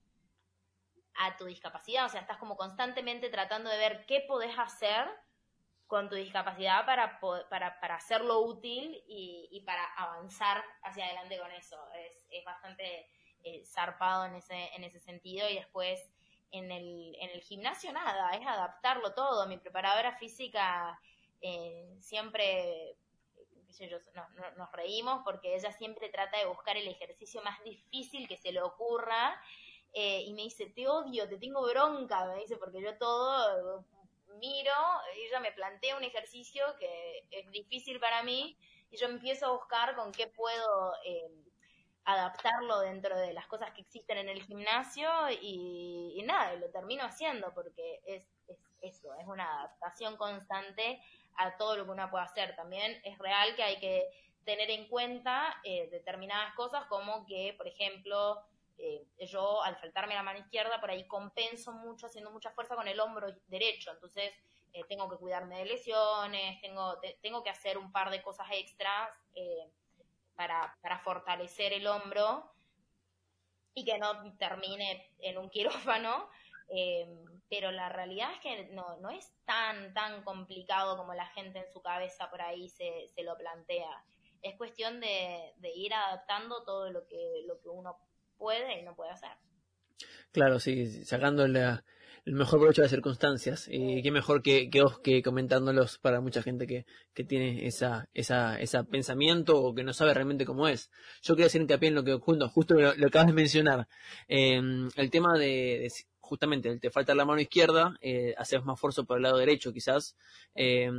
a tu discapacidad. O sea, estás como constantemente tratando de ver qué podés hacer con tu discapacidad para, para, para hacerlo útil y, y para avanzar hacia adelante con eso. Es, es bastante eh, zarpado en ese, en ese sentido y después en el, en el gimnasio nada, es adaptarlo todo. Mi preparadora física eh, siempre, qué sé yo, no, no, nos reímos porque ella siempre trata de buscar el ejercicio más difícil que se le ocurra eh, y me dice, te odio, te tengo bronca, me dice, porque yo todo miro, ella me plantea un ejercicio que es difícil para mí y yo empiezo a buscar con qué puedo eh, adaptarlo dentro de las cosas que existen en el gimnasio y, y nada, lo termino haciendo porque es, es eso, es una adaptación constante a todo lo que uno puede hacer. También es real que hay que tener en cuenta eh, determinadas cosas como que, por ejemplo, eh, yo al faltarme la mano izquierda por ahí compenso mucho haciendo mucha fuerza con el hombro derecho, entonces eh, tengo que cuidarme de lesiones, tengo, te, tengo que hacer un par de cosas extras eh, para, para fortalecer el hombro y que no termine en un quirófano, eh, pero la realidad es que no, no es tan, tan complicado como la gente en su cabeza por ahí se, se lo plantea. Es cuestión de, de ir adaptando todo lo que, lo que uno puede y no puede hacer. Claro, sí, sacando la, el mejor provecho de las circunstancias. Y qué mejor que, que vos que comentándolos para mucha gente que, que tiene esa, esa, ese pensamiento o que no sabe realmente cómo es. Yo quería hacer hincapié en lo que justo, justo lo, lo acabas de mencionar. Eh, el tema de, de justamente, te falta la mano izquierda, eh, haces más esfuerzo por el lado derecho quizás, eh,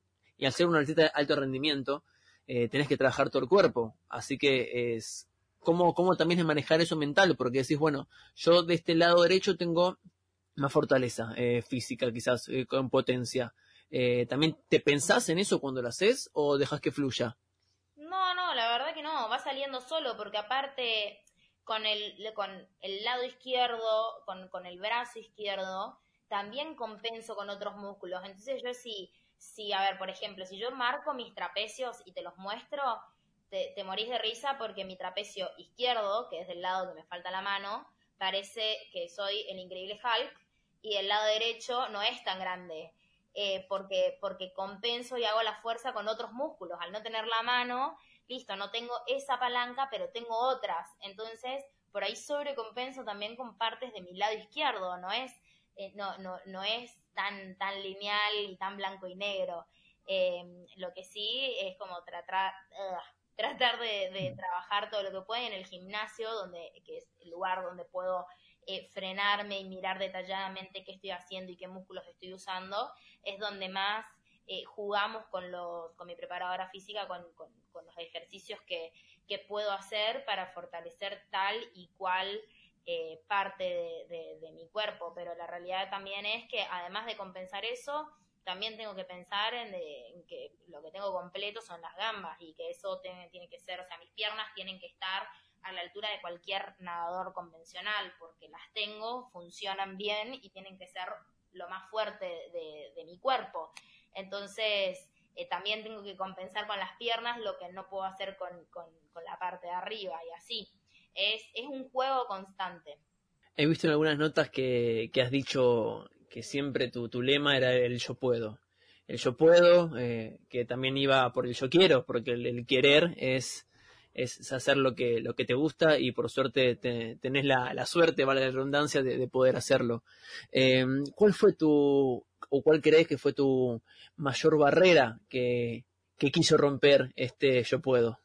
y al ser un atleta de alto rendimiento, eh, tenés que trabajar todo el cuerpo. Así que es... ¿Cómo, cómo también es manejar eso mental? Porque decís, bueno, yo de este lado derecho tengo más fortaleza eh, física, quizás, eh, con potencia. Eh, ¿También te pensás en eso cuando lo haces o dejas que fluya? No, no, la verdad que no, va saliendo solo, porque aparte con el, con el lado izquierdo, con, con el brazo izquierdo, también compenso con otros músculos. Entonces yo sí, sí, a ver, por ejemplo, si yo marco mis trapecios y te los muestro, te, te morís de risa porque mi trapecio izquierdo, que es del lado que me falta la mano, parece que soy el increíble Hulk, y el lado derecho no es tan grande. Eh, porque, porque compenso y hago la fuerza con otros músculos. Al no tener la mano, listo, no tengo esa palanca, pero tengo otras. Entonces, por ahí sobrecompenso también con partes de mi lado izquierdo. No es, eh, no, no, no es tan, tan lineal y tan blanco y negro. Eh, lo que sí es como tratar, uh, tratar de, de trabajar todo lo que pueda en el gimnasio, donde, que es el lugar donde puedo eh, frenarme y mirar detalladamente qué estoy haciendo y qué músculos estoy usando, es donde más eh, jugamos con los con mi preparadora física, con, con, con los ejercicios que, que puedo hacer para fortalecer tal y cual eh, parte de, de, de mi cuerpo. Pero la realidad también es que además de compensar eso, también tengo que pensar en, de, en que lo que tengo completo son las gambas, y que eso tiene, tiene que ser, o sea, mis piernas tienen que estar a la altura de cualquier nadador convencional, porque las tengo, funcionan bien y tienen que ser lo más fuerte de, de mi cuerpo. Entonces, eh, también tengo que compensar con las piernas lo que no puedo hacer con, con, con la parte de arriba, y así. Es, es un juego constante. He visto en algunas notas que, que has dicho que siempre tu, tu lema era el yo puedo. El yo puedo, eh, que también iba por el yo quiero, porque el, el querer es, es hacer lo que, lo que te gusta, y por suerte te, tenés la, la suerte, vale la redundancia, de, de poder hacerlo. Eh, ¿Cuál fue tu, o cuál crees que fue tu mayor barrera que, que quiso romper este yo puedo?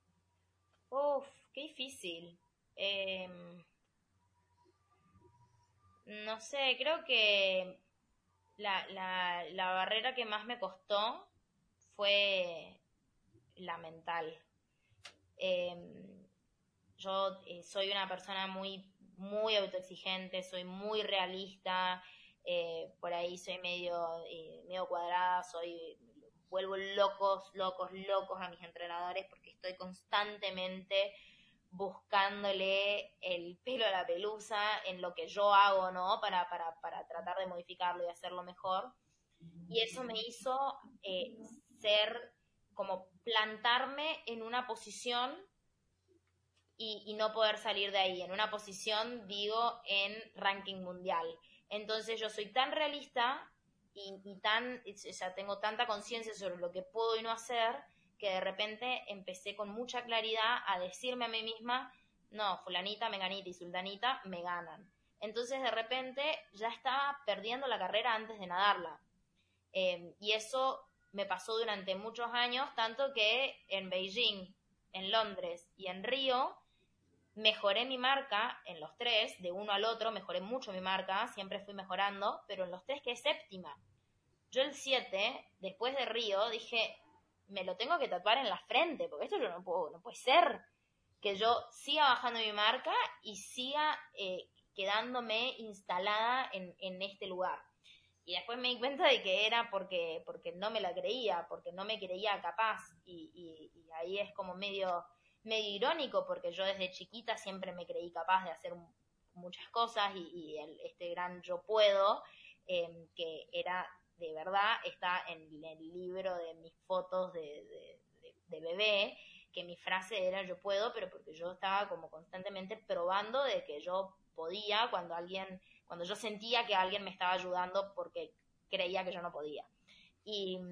Uf, qué difícil. Eh, no sé, creo que la, la, la barrera que más me costó fue la mental. Eh, yo eh, soy una persona muy, muy autoexigente, soy muy realista, eh, por ahí soy medio, eh, medio cuadrada, soy, vuelvo locos, locos, locos a mis entrenadores porque estoy constantemente buscándole el pelo a la pelusa en lo que yo hago, ¿no? Para, para, para tratar de modificarlo y hacerlo mejor. Y eso me hizo eh, ser, como plantarme en una posición y, y no poder salir de ahí, en una posición, digo, en ranking mundial. Entonces yo soy tan realista y, y tan, o sea, tengo tanta conciencia sobre lo que puedo y no hacer, que de repente empecé con mucha claridad a decirme a mí misma, no, fulanita, menganita y sultanita me ganan. Entonces de repente ya estaba perdiendo la carrera antes de nadarla. Eh, y eso me pasó durante muchos años, tanto que en Beijing, en Londres y en Río mejoré mi marca en los tres, de uno al otro, mejoré mucho mi marca, siempre fui mejorando, pero en los tres quedé séptima. Yo el siete, después de Río, dije, me lo tengo que tatuar en la frente, porque esto yo no puedo, no puede ser que yo siga bajando mi marca y siga eh, quedándome instalada en, en este lugar. Y después me di cuenta de que era porque, porque no me la creía, porque no me creía capaz. Y, y, y ahí es como medio, medio irónico, porque yo desde chiquita siempre me creí capaz de hacer muchas cosas, y, y el, este gran yo puedo, eh, que era de verdad, está en el libro de mis fotos de, de, de, de bebé, que mi frase era yo puedo, pero porque yo estaba como constantemente probando de que yo podía cuando alguien, cuando yo sentía que alguien me estaba ayudando porque creía que yo no podía. Y,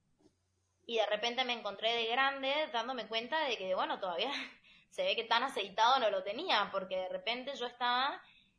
y de repente me encontré de grande dándome cuenta de que, bueno, todavía se ve que tan aceitado no lo tenía, porque de repente yo estaba eh,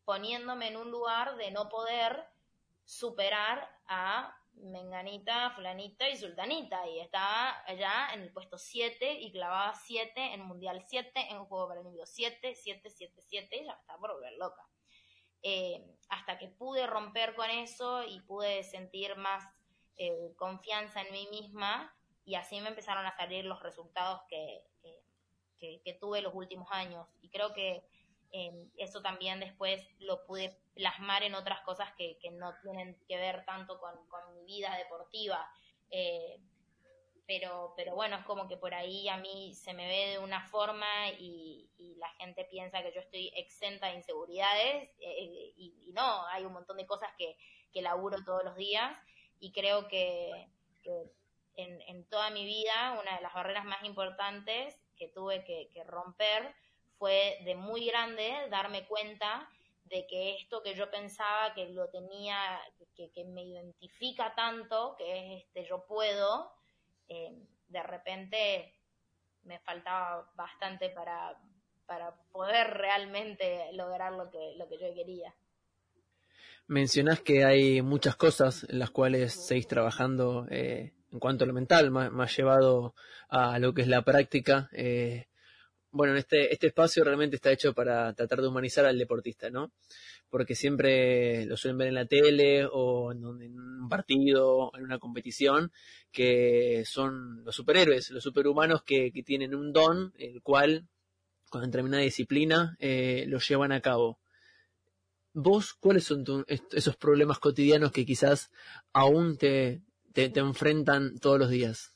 poniéndome en un lugar de no poder superar a menganita, fulanita y sultanita, y estaba allá en el puesto siete y clavaba siete en Mundial siete, en un Juego Paralímpico siete, siete, siete, siete, y ya me estaba por volver loca. Eh, hasta que pude romper con eso y pude sentir más eh, confianza en mí misma, y así me empezaron a salir los resultados que, eh, que, que tuve los últimos años, y creo que eh, eso también después lo pude plasmar en otras cosas que, que no tienen que ver tanto con, con mi vida deportiva, eh, pero, pero bueno, es como que por ahí a mí se me ve de una forma y, y la gente piensa que yo estoy exenta de inseguridades, eh, y, y no, hay un montón de cosas que, que laburo todos los días, y creo que, que en, en toda mi vida una de las barreras más importantes que tuve que, que romper fue de muy grande darme cuenta de que esto que yo pensaba que lo tenía, que, que me identifica tanto, que es este yo puedo, eh, de repente me faltaba bastante para, para poder realmente lograr lo que, lo que yo quería. Mencionás que hay muchas cosas en las cuales seguís trabajando eh, en cuanto a lo mental, más, más llevado a lo que es la práctica. Eh, bueno, este, este espacio realmente está hecho para tratar de humanizar al deportista, ¿no? Porque siempre lo suelen ver en la tele o en, en un partido, en una competición, que son los superhéroes, los superhumanos que, que tienen un don, el cual, con determinada disciplina, eh, lo llevan a cabo. ¿Vos cuáles son tu, esos problemas cotidianos que quizás aún te, te, te enfrentan todos los días?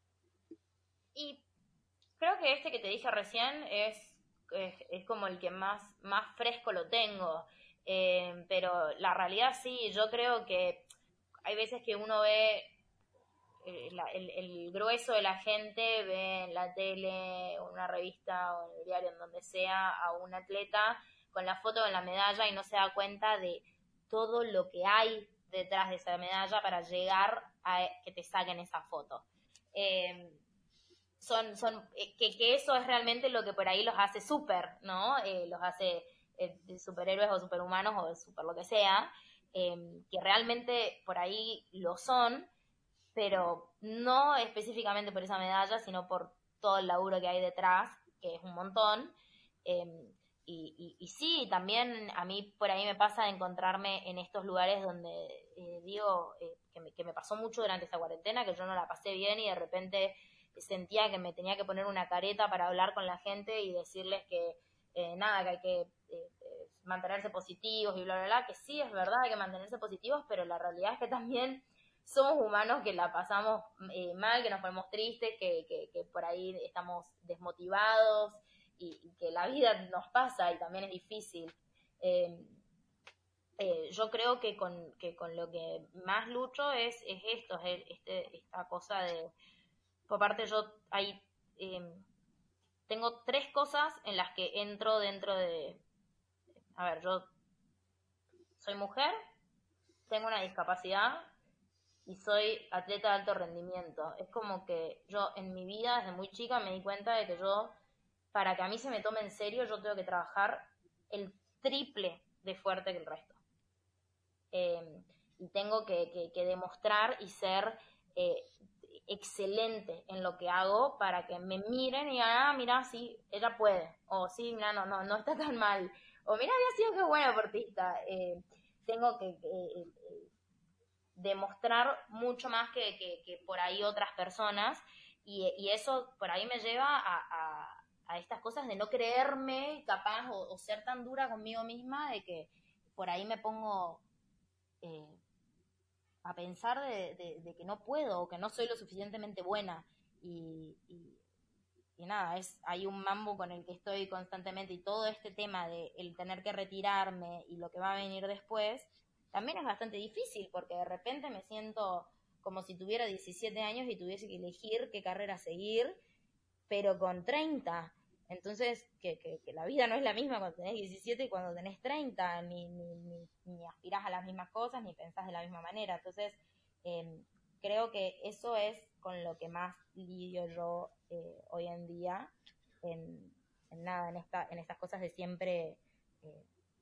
Y creo que este que te dije recién es, es, es como el que más, más fresco lo tengo. Eh, pero la realidad sí, yo creo que hay veces que uno ve eh, la, el, el grueso de la gente, ve en la tele o en una revista o en el diario, en donde sea, a un atleta con la foto de la medalla y no se da cuenta de todo lo que hay detrás de esa medalla para llegar a que te saquen esa foto. Eh, son, son eh, que, que eso es realmente lo que por ahí los hace súper, ¿no? Eh, los hace eh, superhéroes o superhumanos o super lo que sea, eh, que realmente por ahí lo son, pero no específicamente por esa medalla, sino por todo el laburo que hay detrás, que es un montón. Eh, y, y, y sí, también a mí por ahí me pasa encontrarme en estos lugares donde eh, digo eh, que, me, que me pasó mucho durante esta cuarentena, que yo no la pasé bien y de repente sentía que me tenía que poner una careta para hablar con la gente y decirles que eh, nada, que hay que eh, mantenerse positivos y bla, bla, bla, que sí, es verdad, hay que mantenerse positivos, pero la realidad es que también somos humanos que la pasamos eh, mal, que nos ponemos tristes, que, que, que por ahí estamos desmotivados y, y que la vida nos pasa y también es difícil. Eh, eh, yo creo que con, que con lo que más lucho es, es esto, es este, esta cosa de, por parte yo hay, eh, tengo tres cosas en las que entro dentro de, a ver, yo soy mujer, tengo una discapacidad y soy atleta de alto rendimiento. Es como que yo en mi vida, desde muy chica, me di cuenta de que yo, para que a mí se me tome en serio, yo tengo que trabajar el triple de fuerte que el resto. Eh, y tengo que, que, que demostrar y ser eh, excelente en lo que hago para que me miren y digan, ah, mira, sí, ella puede, o sí, mira, no, no, no está tan mal, o mira, había sido que buena deportista. Eh, tengo que, que eh, demostrar mucho más que, que, que por ahí otras personas, y, y eso por ahí me lleva a, a, a estas cosas de no creerme capaz o, o ser tan dura conmigo misma, de que por ahí me pongo eh, a pensar de, de, de que no puedo o que no soy lo suficientemente buena, y, y, y nada, es hay un mambo con el que estoy constantemente, y todo este tema de el tener que retirarme y lo que va a venir después también es bastante difícil, porque de repente me siento como si tuviera diecisiete años y tuviese que elegir qué carrera seguir, pero con treinta. Entonces, que, que, que la vida no es la misma cuando tenés diecisiete y cuando tenés treinta, ni, ni, ni, ni aspirás a las mismas cosas, ni pensás de la misma manera. Entonces, eh, creo que eso es con lo que más lidio yo eh, hoy en día, en, en nada, en esta, en estas cosas de siempre eh,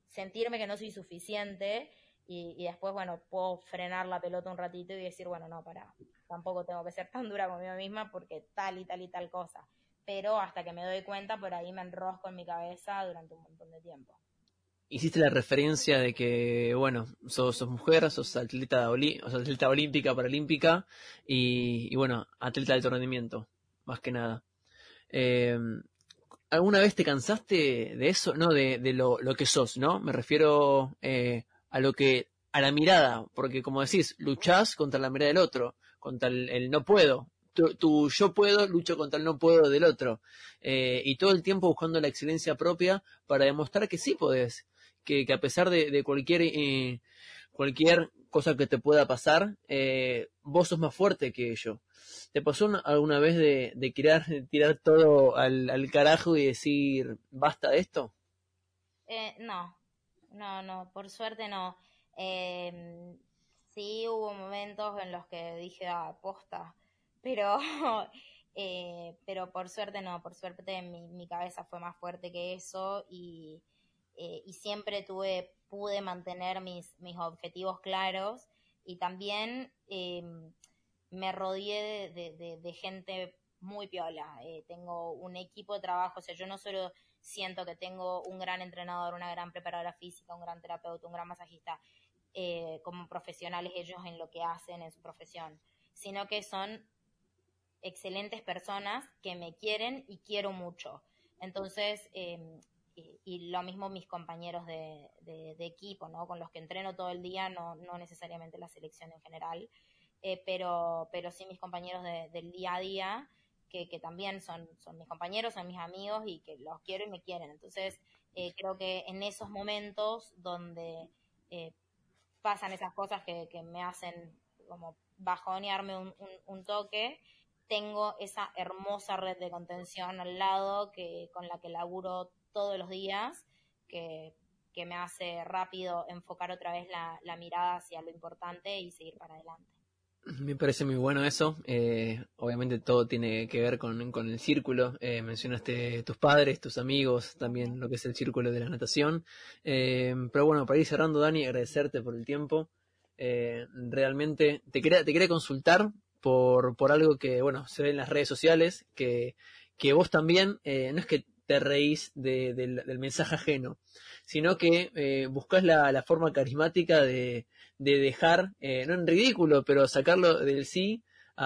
sentirme que no soy suficiente y, y después, bueno, puedo frenar la pelota un ratito y decir, bueno, no, pará, tampoco tengo que ser tan dura conmigo misma porque tal y tal y tal cosa. Pero hasta que me doy cuenta, por ahí me enrosco en mi cabeza durante un montón de tiempo. Hiciste la referencia de que, bueno, sos, sos mujer, sos atleta, oli, o sea, atleta olímpica, paralímpica y, y, bueno, atleta de alto rendimiento, más que nada. Eh, ¿Alguna vez te cansaste de eso? No, de, de lo, lo que sos, ¿no? Me refiero eh, a lo que, a la mirada, porque como decís, luchás contra la mirada del otro, contra el, el no puedo. Tu, tu yo puedo, lucho contra el no puedo del otro. Eh, y todo el tiempo buscando la excelencia propia para demostrar que sí podés, que, que a pesar de, de cualquier, eh, cualquier cosa que te pueda pasar, eh, vos sos más fuerte que yo. ¿Te pasó una- alguna vez de, de querer tirar todo al, al carajo y decir, basta de esto? Eh, no, no, no, por suerte no. Eh, sí hubo momentos en los que dije, ah, posta, pero, eh, pero por suerte no, por suerte mi, mi cabeza fue más fuerte que eso y, eh, y siempre tuve, pude mantener mis, mis objetivos claros y también eh, me rodeé de, de, de, de gente muy piola. Eh, tengo un equipo de trabajo, o sea, yo no solo siento que tengo un gran entrenador, una gran preparadora física, un gran terapeuta, un gran masajista, eh, como profesionales ellos en lo que hacen en su profesión, sino que son excelentes personas que me quieren y quiero mucho. Entonces, eh, y, y, lo mismo mis compañeros de, de, de, equipo, ¿no? Con los que entreno todo el día, no, no necesariamente la selección en general, eh, pero, pero sí mis compañeros de, del día a día, que, que también son, son mis compañeros, son mis amigos y que los quiero y me quieren. Entonces, eh, creo que en esos momentos donde eh, pasan esas cosas que, que me hacen como bajonearme un, un, un toque, tengo esa hermosa red de contención al lado que con la que laburo todos los días, que, que me hace rápido enfocar otra vez la, la mirada hacia lo importante y seguir para adelante. Me parece muy bueno eso. Eh, obviamente todo tiene que ver con, con el círculo. Eh, mencionaste tus padres, tus amigos, también lo que es el círculo de la natación. Eh, pero bueno, para ir cerrando, Dani, agradecerte por el tiempo. Eh, realmente te quería, te quería consultar por, por algo que, bueno, se ve en las redes sociales, que, que vos también, eh, no es que te reís de, de, del mensaje ajeno, sino que eh, buscás la, la forma carismática de de dejar, eh, no en ridículo, pero sacarlo del sí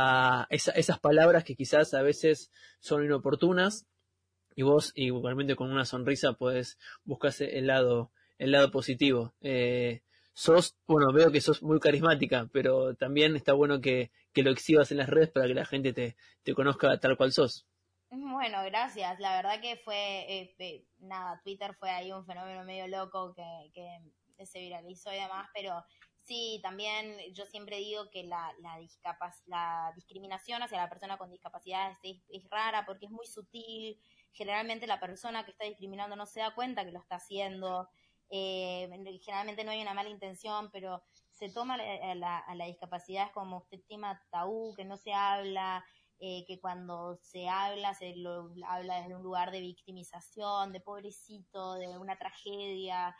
a esa, esas palabras que quizás a veces son inoportunas y vos igualmente con una sonrisa podés buscar el lado, el lado positivo. Eh, sos, bueno, veo que sos muy carismática, pero también está bueno que, que lo exhibas en las redes para que la gente te, te conozca tal cual sos. Bueno, gracias. La verdad que fue, eh, eh, nada, Twitter fue ahí un fenómeno medio loco que, que se viralizó y demás, pero sí, también yo siempre digo que la, la, discapac la discriminación hacia la persona con discapacidad es, es rara porque es muy sutil. Generalmente la persona que está discriminando no se da cuenta que lo está haciendo. Eh, generalmente no hay una mala intención, pero se toma a la, a la discapacidad como usted tema tabú, que no se habla. Eh, que cuando se habla, se lo habla desde un lugar de victimización, de pobrecito, de una tragedia,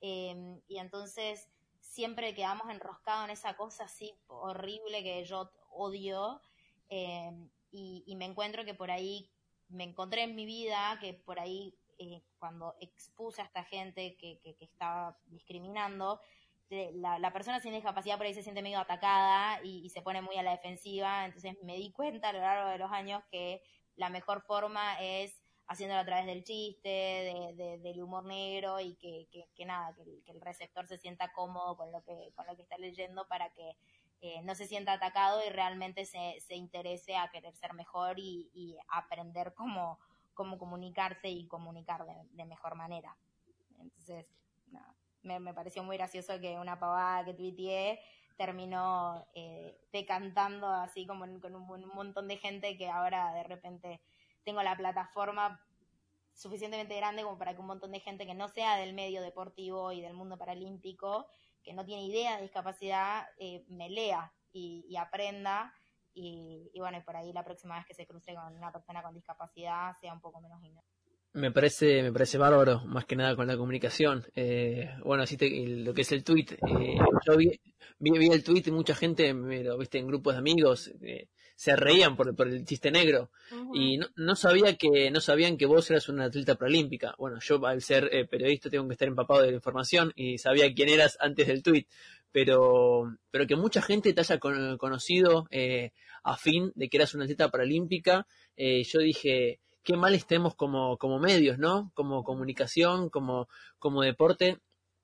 eh, y entonces siempre quedamos enroscados en esa cosa así horrible que yo odio, eh, y, y me encuentro que por ahí, me encontré en mi vida que por ahí eh, cuando expuse a esta gente que, que, que estaba discriminando, la, la persona sin discapacidad por ahí se siente medio atacada y, y se pone muy a la defensiva, entonces me di cuenta a lo largo de los años que la mejor forma es haciéndolo a través del chiste, de, de, del humor negro y que, que, que nada, que el, que el receptor se sienta cómodo con lo que, con lo que está leyendo para que eh, no se sienta atacado y realmente se, se interese a querer ser mejor y, y aprender cómo, cómo comunicarse y comunicar de, de mejor manera. Entonces, nada. Me, me pareció muy gracioso que una pavada que tuiteé terminó eh, decantando así como en, con un, un, montón de gente que ahora de repente tengo la plataforma suficientemente grande como para que un montón de gente que no sea del medio deportivo y del mundo paralímpico, que no tiene idea de discapacidad, eh, me lea y, y aprenda y, y bueno, y por ahí la próxima vez que se cruce con una persona con discapacidad sea un poco menos ignorante. Me parece, me parece bárbaro, más que nada con la comunicación. Eh, bueno, así te- lo que es el tweet. Eh, yo vi, vi, vi el tweet y mucha gente, me lo viste en grupos de amigos, eh, se reían por, por el chiste negro. Ujú. Y no, no sabía que, no sabían que vos eras una atleta paralímpica. Bueno, yo al ser eh, periodista tengo que estar empapado de la información y sabía quién eras antes del tweet. Pero, pero que mucha gente te haya con- conocido eh, a fin de que eras una atleta paralímpica, eh, yo dije qué mal estemos como, como medios, ¿no? Como comunicación, como, como deporte,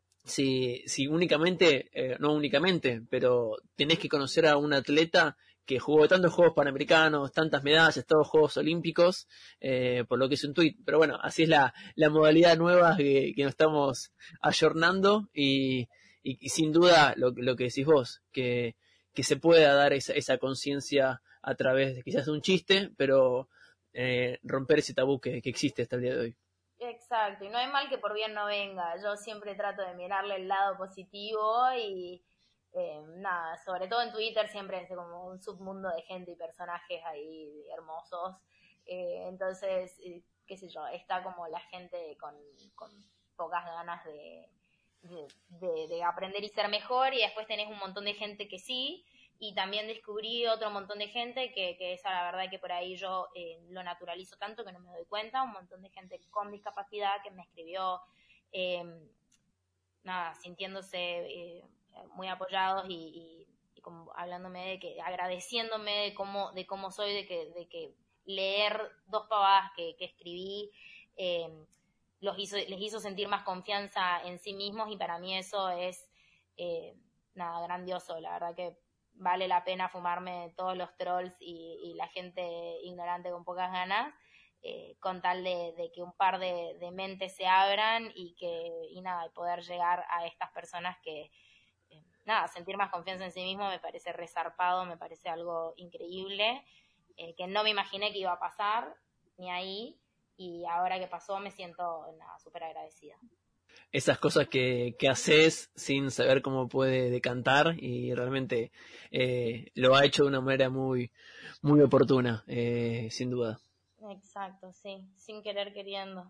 si, si únicamente, eh, no únicamente, pero tenés que conocer a un atleta que jugó tantos Juegos Panamericanos, tantas medallas, todos Juegos Olímpicos, eh, por lo que es un tuit. Pero bueno, así es la, la modalidad nueva que, que nos estamos ayornando y, y, y sin duda lo, lo que decís vos, que, que se pueda dar esa, esa conciencia a través de quizás de un chiste, pero eh, romper ese tabú que, que existe hasta el día de hoy. Exacto, y no hay mal que por bien no venga. Yo siempre trato de mirarle el lado positivo y eh, nada, sobre todo en Twitter siempre es como un submundo de gente y personajes ahí hermosos. Eh, entonces, eh, qué sé yo, está como la gente con, con pocas ganas de, de, de- de aprender y ser mejor, y después tenés un montón de gente que sí, y también descubrí otro montón de gente que, que esa la verdad que por ahí yo eh, lo naturalizo tanto que no me doy cuenta, un montón de gente con discapacidad que me escribió eh, nada, sintiéndose eh, muy apoyados y, y, y como hablándome de que, agradeciéndome de cómo, de cómo soy, de que, de que leer dos pavadas que, que escribí eh, los hizo, les hizo sentir más confianza en sí mismos, y para mí eso es eh, nada, grandioso, la verdad que vale la pena fumarme todos los trolls y, y la gente ignorante con pocas ganas, eh, con tal de, de que un par de, de mentes se abran y que y nada, y poder llegar a estas personas que eh, nada, sentir más confianza en sí mismo me parece resarpado, me parece algo increíble, eh, que no me imaginé que iba a pasar ni ahí, y ahora que pasó me siento nada, súper agradecida. Esas cosas que, que haces sin saber cómo puede decantar y realmente eh, lo ha hecho de una manera muy, muy oportuna, eh, sin duda, Exacto, sí, sin querer queriendo.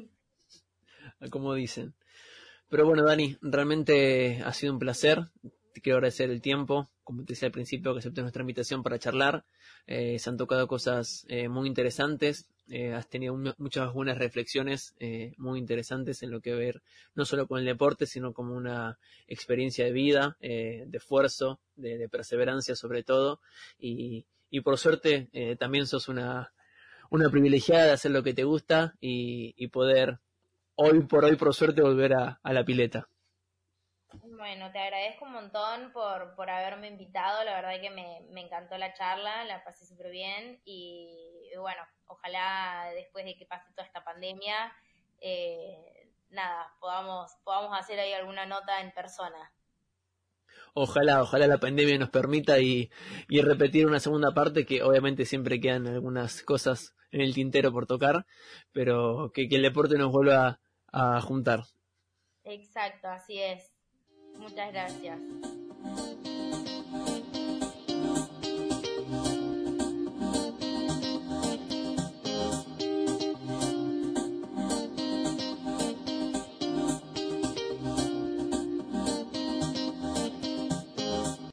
como dicen. Pero bueno, Dani, realmente ha sido un placer. Te quiero agradecer el tiempo, como te decía al principio, que aceptes nuestra invitación para charlar. Eh, se han tocado cosas eh, muy interesantes. Eh, has tenido un, muchas buenas reflexiones eh, muy interesantes en lo que ver, no solo con el deporte, sino como una experiencia de vida, eh, de esfuerzo, de, de, perseverancia sobre todo. Y, y por suerte eh, también sos una, una privilegiada de hacer lo que te gusta y, y poder hoy por hoy, por suerte, volver a, a la pileta. Bueno, te agradezco un montón por, por haberme invitado, la verdad que me, me encantó la charla, la pasé súper bien, y, y bueno, ojalá después de que pase toda esta pandemia, eh, nada, podamos, podamos hacer ahí alguna nota en persona. Ojalá, ojalá la pandemia nos permita y, y repetir una segunda parte, que obviamente siempre quedan algunas cosas en el tintero por tocar, pero que, que el deporte nos vuelva a, a juntar. Exacto, así es. Muchas gracias.